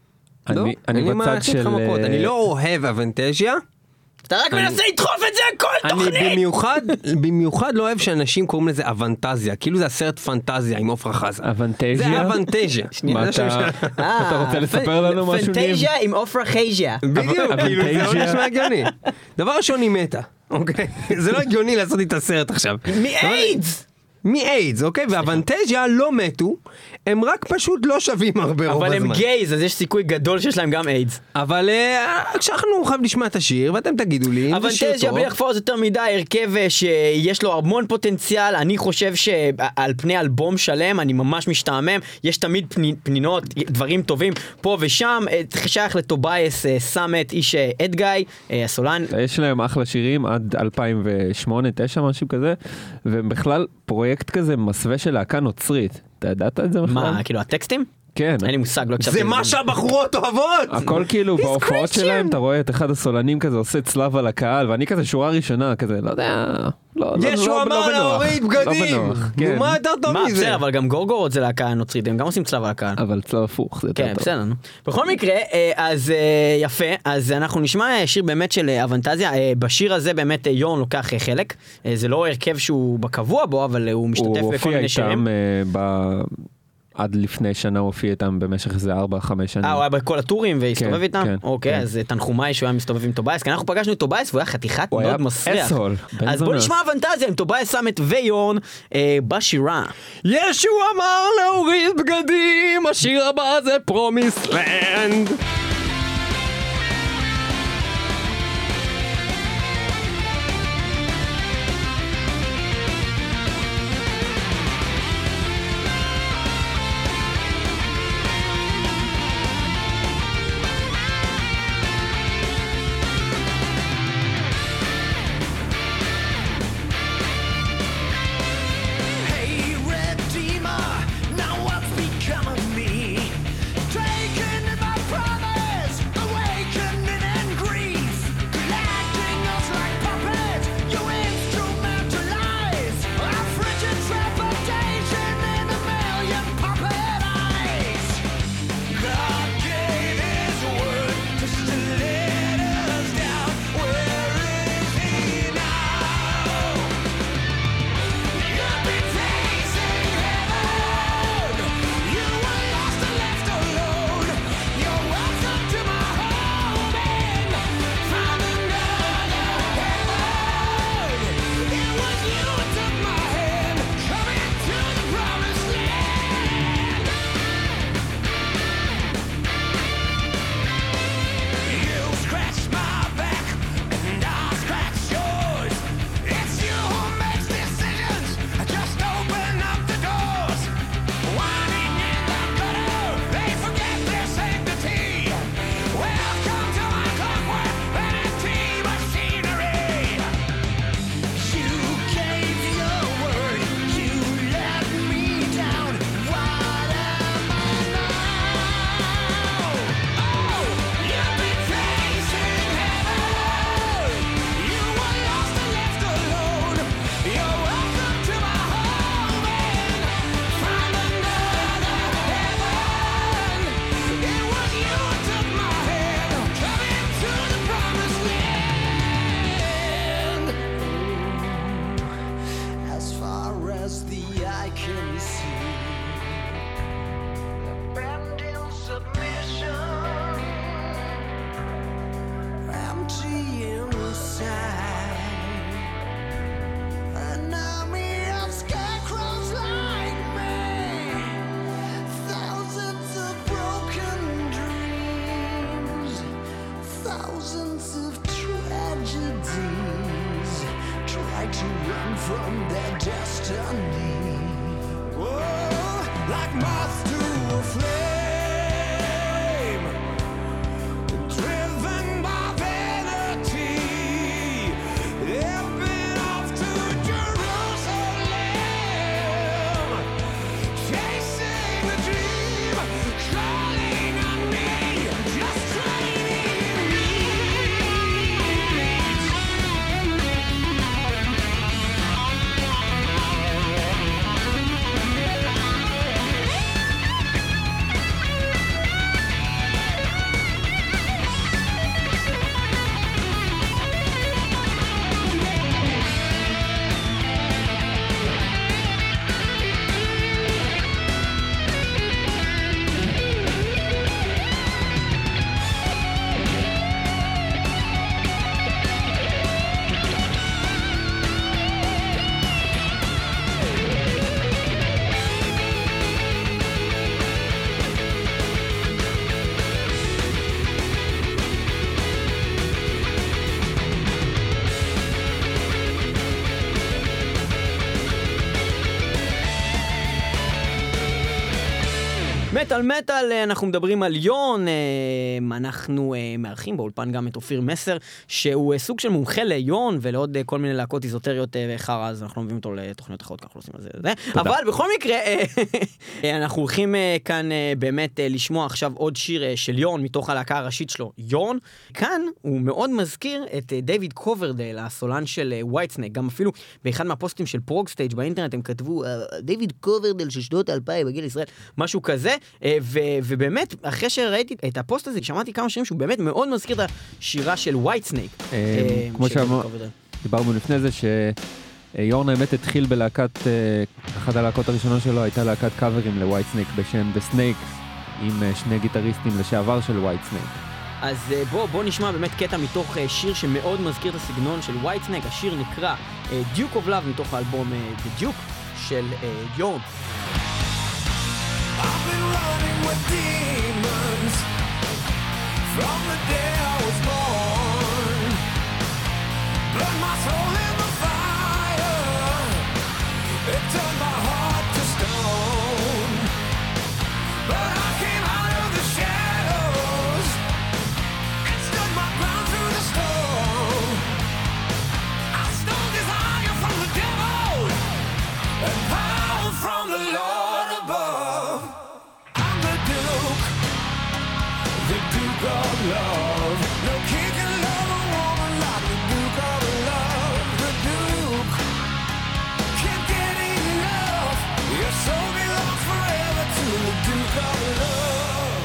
לא, אני אני אין לי מה בצד להכין לך של... מכות. אה, אני לא אוהב אבנטזיה. אתה רק מנסה לדחוף את זה כל אני תוכנית! במיוחד, במיוחד לא אוהב שאנשים קוראים לזה אבנטזיה, כאילו זה הסרט פנטזיה עם עופרה חזה. אבנטזיה? זה אבנטזיה. מה זה השם אתה שלה. אתה רוצה לספר לנו משהו? ניב? פנטזיה עם עופרה חייז'ה. בדיוק, כאילו זה לא אבנטזיה. נשמע הגיוני. דבר ראשון היא מתה, אוקיי? זה לא הגיוני לעשות איתה סרט עכשיו. מאיידס! מאיידס, אוקיי? ואבנטזיה לא מתו, הם רק פשוט לא שווים הרבה רוב אבל הזמן. הם גייז, אז יש סיכוי גדול שיש להם גם איידס. אבל אה, כשאנחנו חייב לשמוע את השיר, ואתם תגידו לי אם זה שיר אבנטזיה טוב. בלי לחפור יותר מדי, הרכב אה, שיש לו המון פוטנציאל, אני חושב שעל פני אלבום שלם אני ממש משתעמם, יש תמיד פני- פנינות, דברים טובים פה ושם, אה, שייך לטובייס אה, סאמט, איש אה, אדגאי, אה, הסולן, יש להם אחלה שירים עד אלפיים ושמונה תשע משהו כזה, ובכלל פרויקט כזה מסווה של להקה נוצרית. אתה ידעת את זה בכלל? מה, כאילו הטקסטים? כן. אין לי מושג, לא הקשבתי זה לזה. מה שהבחורות אוהבות! הכל כאילו בהופעות Christian. שלהם, אתה רואה את אחד הסולנים כזה עושה צלב על הקהל, ואני כזה שורה ראשונה, כזה, לא יודע, לא, לא, ישו לא, אמר לא בנוח. להוריד לא בגדים! בנוח, נו, כן. מה יותר טוב מה, מזה? בסדר, אבל גם גורגורות זה להקה נוצרית, הם גם עושים צלב על הקהל. אבל צלב הפוך, זה יותר כן, טוב. בסדר, נו. בכל מקרה, אה, אז אה, יפה, אז אנחנו נשמע אה, שיר באמת של אה, אבנטזיה, אה, בשיר הזה באמת אה, יורן לוקח אה, חלק, אה, זה לא הרכב שהוא בקבוע בו, אבל אה, הוא משתתף הוא בכל הופיע מיני שירים. איתם, אה, ב- עד לפני שנה הוא הופיע איתם במשך איזה ארבע, חמש שנים. אה, הוא היה בכל הטורים והסתובב כן, איתם? כן, אוקיי, כן. אז אה, תנחומיי שהוא היה מסתובב עם טובייס, כי אנחנו פגשנו את טובייס והוא היה חתיכת הוא היה מאוד מסריח. אסהול, בן אז בוא זונה. נשמע אבנטזיה עם טובייס סאמט ויורן אה, בשירה. ישו אמר להוריד בגדים, השיר הבא זה פרומיס לנד. Hey, Redeemer, now what's become of me? Taken my promise. try to run from their destiny. Whoa, like moths to a flame, driven by vanity. They've been off to Jerusalem, chasing a dream, calling on me, just training me. מטל מטל, אנחנו מדברים על יון, אנחנו מארחים באולפן גם את אופיר מסר, שהוא סוג של מומחה ליון ולעוד כל מיני להקות איזוטריות וחרא, אז אנחנו לא מביאים אותו לתוכניות אחרות, ככה לא עושים על זה. אבל בכל מקרה, אנחנו הולכים כאן באמת לשמוע עכשיו עוד שיר של יון, מתוך הלהקה הראשית שלו, יון. כאן הוא מאוד מזכיר את דיוויד קוברדייל, הסולן של ווייטסנייק, גם אפילו באחד מהפוסטים של פרוג סטייג' באינטרנט הם כתבו, דיוויד קוברדייל של שנות האלפיים בגיל ישראל, משהו כזה. ו- ובאמת, אחרי שראיתי את הפוסט הזה, שמעתי כמה שירים שהוא באמת מאוד מזכיר את השירה של ווייטסנייק. כמו שדיברנו לפני זה, שיורן האמת התחיל בלהקת, אחת הלהקות הראשונות שלו הייתה להקת קאברים לווייטסנייק בשם The Snake, עם שני גיטריסטים לשעבר של ווייטסנייק. אז בוא, בוא נשמע באמת קטע מתוך שיר שמאוד מזכיר את הסגנון של ווייטסנייק. השיר נקרא Duke of Love מתוך האלבום The Duke של יורן. I've been running with demons from the day I was born. Burn my soul in the fire, it turned my heart to stone. But I came out of the shadows and stood my ground through the storm. I stole desire from the devil and power from the Lord above. The Duke of Love. No king can love a woman like the Duke of Love. The Duke can't get enough. Your soul belongs forever to the Duke of Love.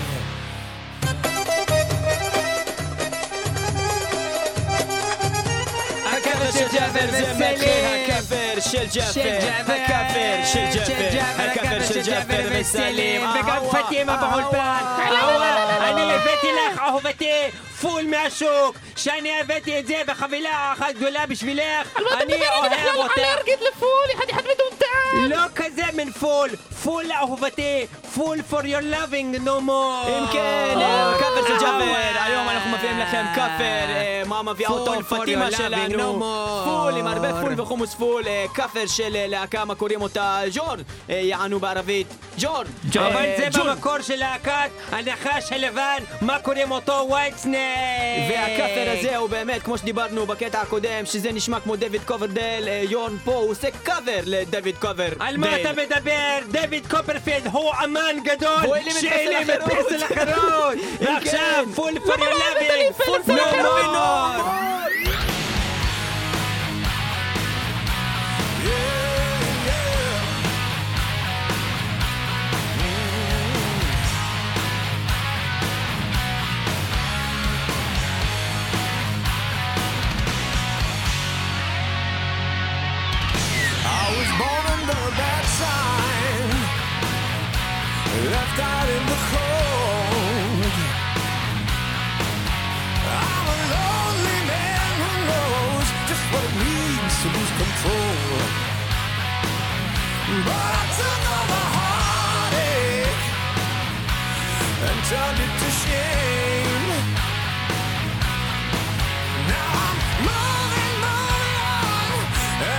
הכפר של ג'אפר זה מתחיל, הכפר של ג'אפר, הכפר של ג'אפר, הכפר של ג'אפר וסלים, וגם פתימה באולפן. אני הבאתי לך אהובתי פול מהשוק, שאני הבאתי את זה בחבילה אחת גדולה בשבילך. אני אוהב אותך. אלרגית לפול, אחד אחד מדומתם. לא כזה מן פול, פול לאהובתי, פול for your loving no more. אם כן, הכפר של ג'אפר, היום אנחנו מביאים לכם כפר, מה מביאה אותו פתימה שלנו, פול עם הרבה פול וחומוס פול, כפר של להקה, מה קוראים אותה? ג'ורד, יענו בערבית ג'ורד. אבל זה במקור של להקת הנחש הלבן, מה קוראים אותו? ווייטסנייק. והכפר הזה הוא באמת, כמו שדיברנו בקטע הקודם, שזה נשמע כמו דיוויד קוברדייל, יורן פה הוא עושה קאבר לדיוויד קוברדייל. על מה אתה מדבר? דיוויד קופרפילד הוא אמן גדול שאלים את פסל החירות. ועכשיו פול פור יור לאבינג, פול פור יור לאבינג. Left out in the cold. I'm a lonely man who knows just what it means to lose control. But I took all my heartache and turned it to shame. Now I'm moving, moving on,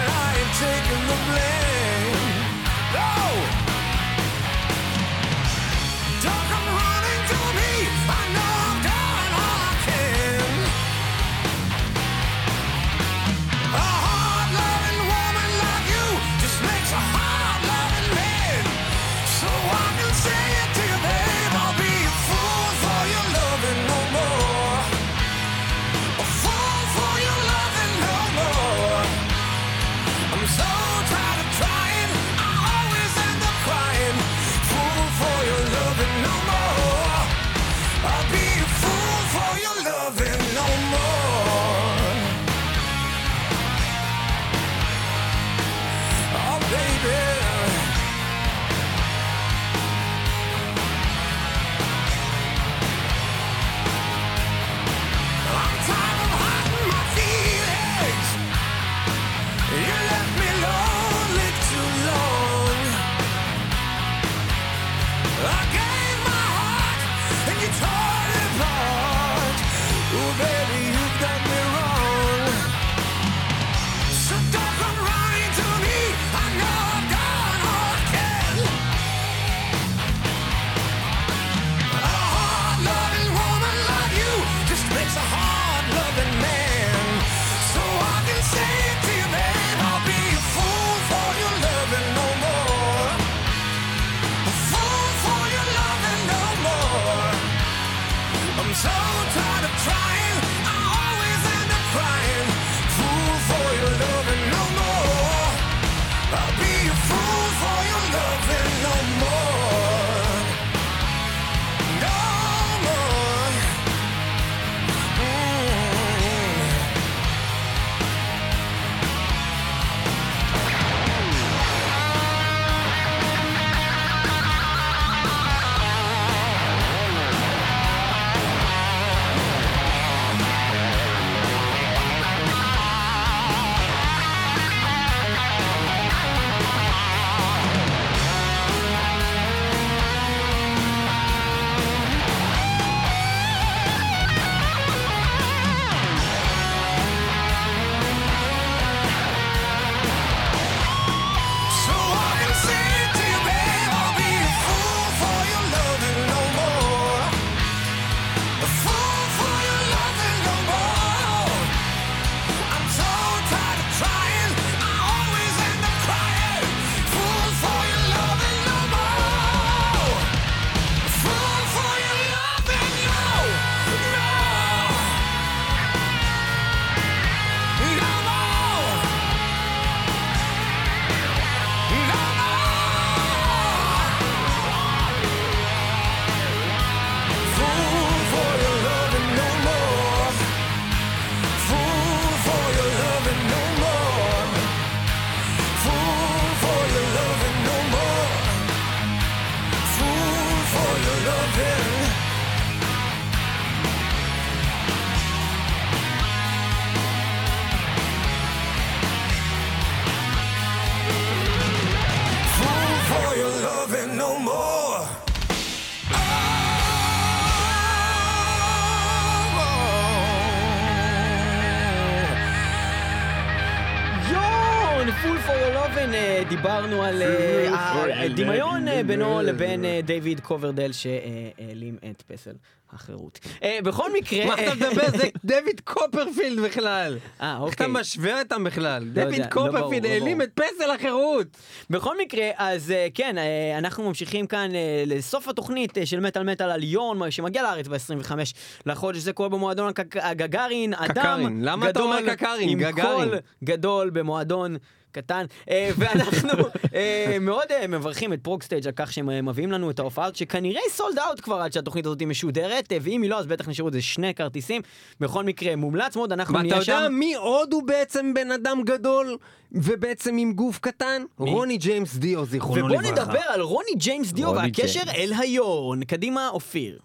קודם אה, דיברנו על אה, הדמיון אה, בינו לבין אה, דיוויד קוברדל שהעלים את פסל החירות. אה, בכל מקרה... מה אתה מדבר? זה דויד קופרפילד בכלל. אה, איך אוקיי. אתה משווה אותם בכלל? לא דויד יודע, לא ברור, קופרפילד לא העלים ברור. את פסל החירות. בכל מקרה, אז אה, כן, אה, אנחנו ממשיכים כאן אה, לסוף התוכנית אה, של מטל מטל על יון, שמגיע לארץ ב-עשרים וחמישה לחודש, זה קורה במועדון הקק- הגגרין, אדם קקרין. למה אתה אומר גדול קקרין? עם גגרין. קול גדול במועדון קטן, אה, ואנחנו אה, מאוד אה, מברכים את פרוגסטייג' על כך שהם אה, מביאים לנו את ההופעה, שכנראה סולד אאוט כבר עד שהתוכנית הזאת משודרת, אה, ואם היא לא, אז בטח נשארו איזה שני כרטיסים. בכל מקרה, מומלץ מאוד, אנחנו ואתה נהיה יודע שם. מי עוד הוא בעצם בן אדם גדול ובעצם עם גוף קטן? רוני ג'יימס דיו, זיכרונו ובוא לברכה. נדבר על רוני ג'יימס דיו רוני והקשר ג'יימס. אל היון. קדימה, אופיר.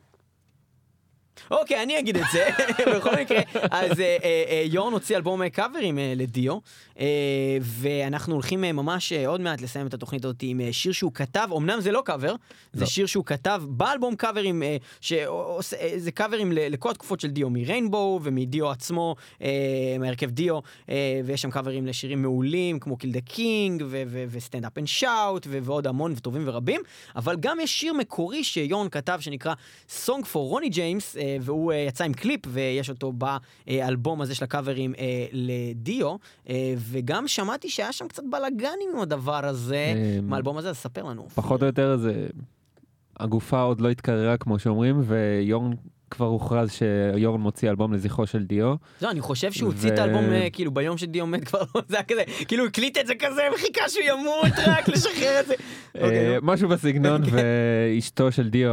אוקיי, אני אגיד את זה. בכל מקרה, אז אה, אה, יורן הוציא אלבום אה, קאברים אה, לדיו, אה, ואנחנו הולכים אה, ממש אה, עוד מעט לסיים את התוכנית הזאת עם אה, שיר שהוא כתב, אמנם זה לא קאבר, זה שיר שהוא כתב באלבום קאברים, אה, שעושה, אה, זה קאברים ל- לכל התקופות של דיו, מריינבו ומדיו עצמו, אה, מהרכב דיו, אה, ויש שם קאברים לשירים מעולים, כמו קיל דה קינג, וסטנד אפ אנד שאוט, ועוד המון וטובים ורבים, אבל גם יש שיר מקורי שיורן כתב, שנקרא Song for רוני ג'יימס, אה, והוא uh, יצא עם קליפ, ויש אותו באלבום הזה של הקאברים uh, לדיו, uh, וגם שמעתי שהיה שם קצת בלגנים עם הדבר הזה, מהאלבום הזה, אז ספר לנו. פחות או יותר זה... הגופה עוד לא התקררה כמו שאומרים, ויורן כבר הוכרז שיורן מוציא אלבום לזכרו של דיו. לא, אני חושב שהוא הוציא ו- את האלבום, uh, כאילו ביום שדיו מת כבר לא, זה היה כזה, כאילו הקליט את זה כזה, וחיכה שהוא ימות רק לשחרר את זה. אוקיי, אה, משהו בסגנון, ואשתו של דיו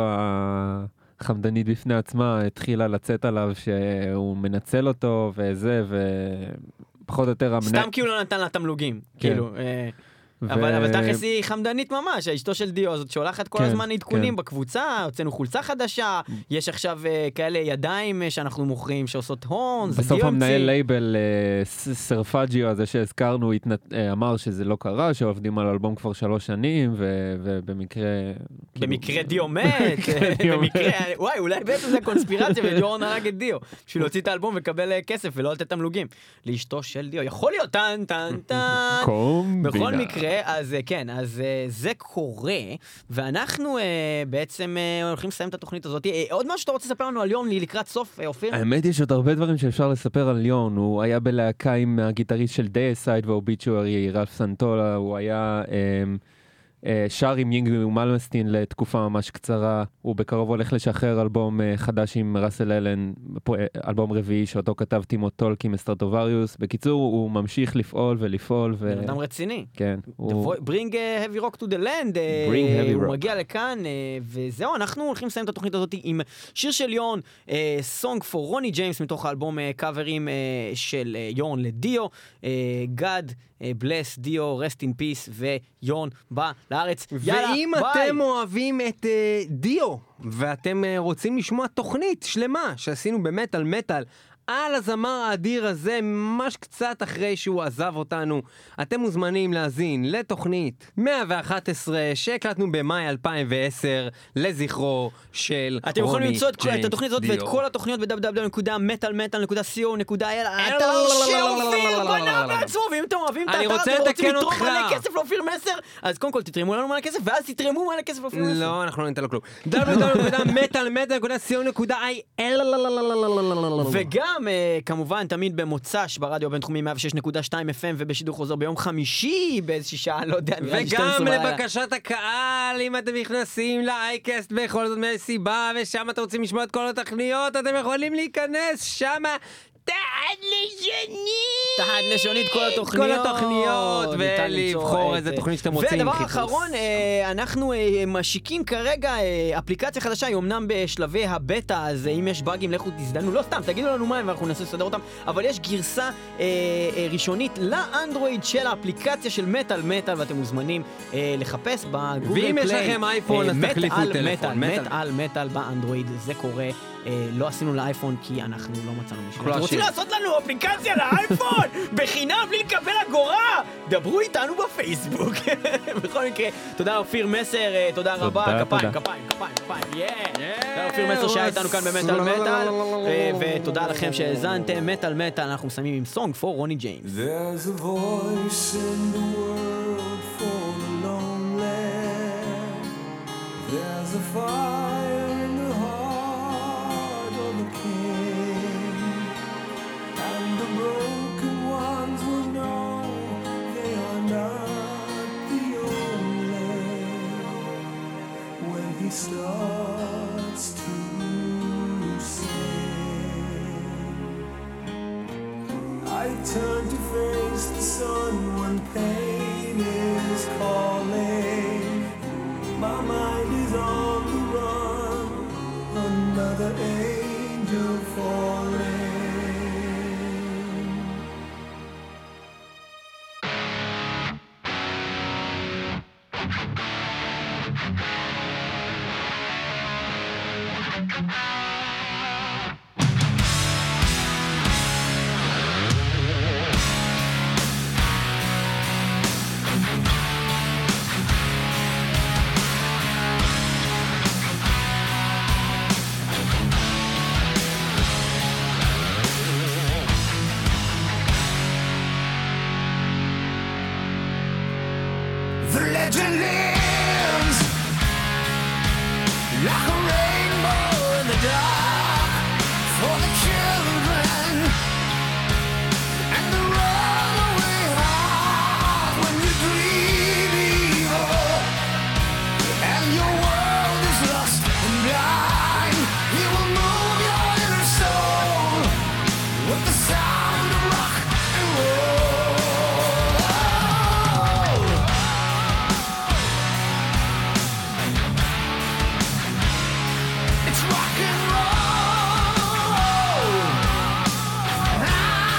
החמדנית בפני עצמה התחילה לצאת עליו שהוא מנצל אותו וזה, ופחות או יותר המנה... סתם כאילו לא נתן לה תמלוגים, כאילו. אה, ו- אבל אבל תכלס היא חמדנית ממש, האשתו של דיו הזאת שולחת כל כן, הזמן עדכונים כן. בקבוצה, הוצאנו חולצה חדשה, יש עכשיו אה, כאלה ידיים אה, שאנחנו מוכרים שעושות הון, זה בסוף דיו המנהל המציא. לייבל אה, ס- סרפג'יו הזה שהזכרנו התנת- אה, אמר שזה לא קרה, שעובדים על אלבום כבר שלוש שנים, ו- ובמקרה... כאילו- במקרה דיו מת, דיו מת. במקרה, וואי, אולי בעצם זה קונספירציה ודיורן הרג את דיו, בשביל להוציא את האלבום ולקבל אה, כסף ולא לתת תמלוגים. לאשתו של דיו, יכול להיות, טן טן טן. קומבינה. בכל מקרה, אז אה, כן, אז אה, זה קורה, ואנחנו אה, בעצם אה, הולכים לסיים את התוכנית הזאת. אה, עוד משהו שאתה רוצה לספר לנו על יון לקראת סוף, אה, אופיר? האמת יש עוד הרבה דברים שאפשר לספר על יון, הוא היה בלהקה עם הגיטריסט של דייסייד ואוביצ'וארי, רלף סנטולה, הוא היה אמ, אה, שר עם יינג ומלמסטין לתקופה ממש קצרה, הוא בקרוב הולך לשחרר אלבום אה, חדש עם ראסל אלן, פו- אה, אלבום רביעי שאותו כתב טימו טולקי מסטרטובריוס, בקיצור הוא ממשיך לפעול ולפעול, ו... בן אדם רציני. כן, הוא... Bring uh, heavy rock to the land, אה, Bring heavy הוא rock. מגיע לכאן, אה, וזהו, אנחנו הולכים לסיים את התוכנית הזאת עם שיר של יון, אה, Song for רוני ג'יימס, מתוך האלבום אה, קאברים אה, של אה, יון לדיו, אה, God אה, bless דיו, rest in peace, ויון בא לארץ. יאללה, ואם ביי. אתם אוהבים את uh, דיו, ואתם uh, רוצים לשמוע תוכנית שלמה שעשינו במטל מטל, על הזמר האדיר הזה, ממש קצת אחרי שהוא עזב אותנו, אתם מוזמנים להזין לתוכנית מאה ואחת עשרה שהקלטנו במאי אלפיים ועשר לזכרו של אתם יכולים רוני למצוא את כל- את ג'יימס התוכנית הזאת ואת דיו. כל התוכניות ב-דאבליו דאבליו דאבליו נקודה מטל מטל נקודה סי או נקודה איי אל, האתר שאופיר בנה בעצמו, ואם אתם אוהבים את אני האתר רוצה הזה ורוצים לתקן לתרום אותך. מלא כסף לאופיר מסר, אז קודם כל תתרמו לנו מלא כסף, ואז תתרמו מלא כסף לאופיר מסר. לא, אנחנו לא ניתן לו כלום. דאבליו דאבליו דאבליו נקודה מטל מטל נקודה סי או נקודה איי אל. וגם אה, כמובן תמיד במוצ"ש ברדיו הבינתחומי מאה ושש נקודה שתיים אף אם ובשידור חוזר ביום חמישי באיזושהי שעה, לא יודע, נראה לי שתים עשרה וגם בלילה. לבקשת הקהל, אם אתם נכנסים לאייקסט בכל זאת מסיבה, ושם אתם רוצים לשמוע את כל התוכניות, אתם יכולים להיכנס שם תחת לשונית. תחת לשונית כל התוכניות. כל התוכניות, ניתן למצוא ולבחור את איזה זה. תוכנית שאתם רוצים. ודבר חיפוש. אחרון, אה, אנחנו אה, משיקים כרגע אה, אפליקציה חדשה, היא אמנם בשלבי הבטא, אז אה, אם יש באגים לכו תזדנו, לא סתם, תגידו לנו מה הם ואנחנו ננסה לסדר אותם, אבל יש גרסה אה, אה, ראשונית לאנדרואיד של האפליקציה של מטל מטל, ואתם מוזמנים אה, לחפש בגוגל פליי. ואם יש לכם אייפון, אז מטל תחליפו על טלפון. מטל, מטל. מטל מטל באנדרואיד, זה קורה. אה, לא עשינו לאייפון כי אנחנו לא מצאנו מישהו. לא אתם רוצים עשיר. לעשות לנו אפליקציה לאייפון בחינם בלי לקבל אגורה? דברו איתנו בפייסבוק. בכל מקרה, תודה אופיר מסר, אה, תודה רבה, כפיים, תודה. כפיים, כפיים, כפיים, יא! תודה אופיר מסר שהיה איתנו כאן במטל מטל, אה, ותודה לכם שהאזנתם, מטל מטל, אנחנו מסיימים עם סונג פור רוני ג'יימס. There's a voice in the world fire in the heart of the king, and the broken ones will know they are not the only. When he starts to sing, I turn to face the sun when pain is calling. My mind is on the run, another angel falling. The legend lives like a rainbow in the dark for the children and the runaway heart. When you dream evil and your world is lost and blind, he will move your inner soul with the sound of rock and roll. Rock and roll. Ah.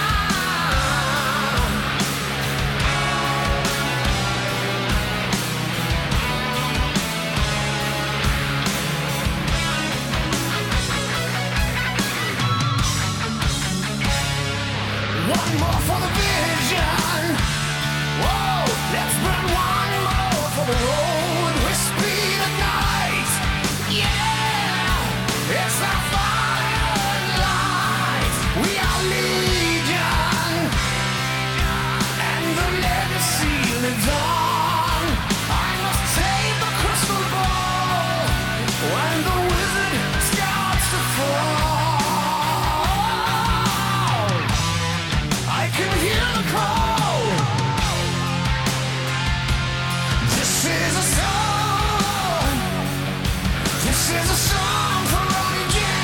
One more for the vision. Whoa, let's burn one more for the road. We speed at night. Yeah, it's our fire and light. We are legion, and the legacy lives on. I must take the crystal ball when the wizard starts to fall. I can hear the call. This is a song. This is a song for Ronnie James.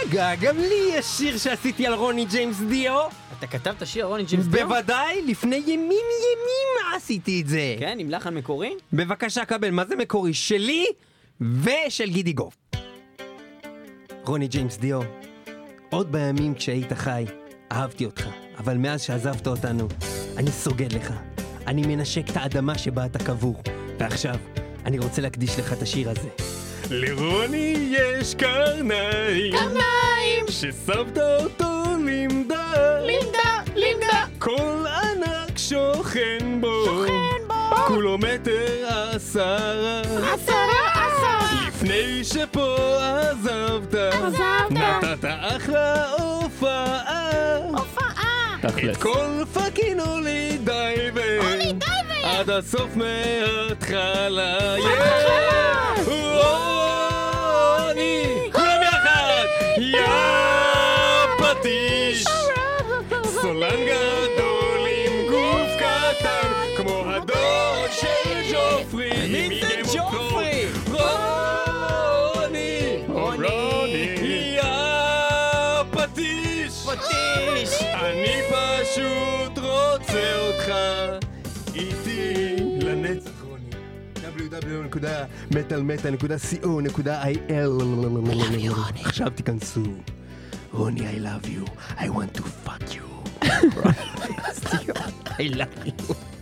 רגע, גם לי יש שיר שעשיתי על רוני ג'יימס דיו. אתה כתבת שיר רוני ג'יימס דיו? בוודאי, לפני ימים ימים עשיתי את זה. כן, עם לחן מקורי? בבקשה קבל, מה זה מקורי? שלי ושל גידי גוף. רוני ג'יימס דיו, עוד בימים כשהיית חי, אהבתי אותך, אבל מאז שעזבת אותנו, אני סוגד לך. אני מנשק את האדמה שבה אתה קבור, ועכשיו אני רוצה להקדיש לך את השיר הזה. לרוני יש קרניים, קרניים, שסבתא אותו לימדה, לימדה, לימדה, כל ענק שוכן בו, שוכן בו, קילומטר עשרה, עשרה, עשרה, לפני שפה עזבת, עזבת, נתת אחלה הופעה, הופעה, את תכלס. כל פאקינג הולי דייבר, הולי דייבר, עד הסוף מההתחלה, מההתחלה. רוני, כולם יחד, יא פטיש, סולן גדול עם גוף קטן, כמו הדוד של ג'ופרי, מי זה ג'ופרי? רוני, רוני, יא פטיש, פטיש! אני פשוט רוצה אותך איתי לנצח, רוני. דאבליו דאבליו דאבליו נקודה מטל מטל נקודה סי או נקודה איי אל. עכשיו תיכנסו. רוני, I love you. I want to fuck you. I love you.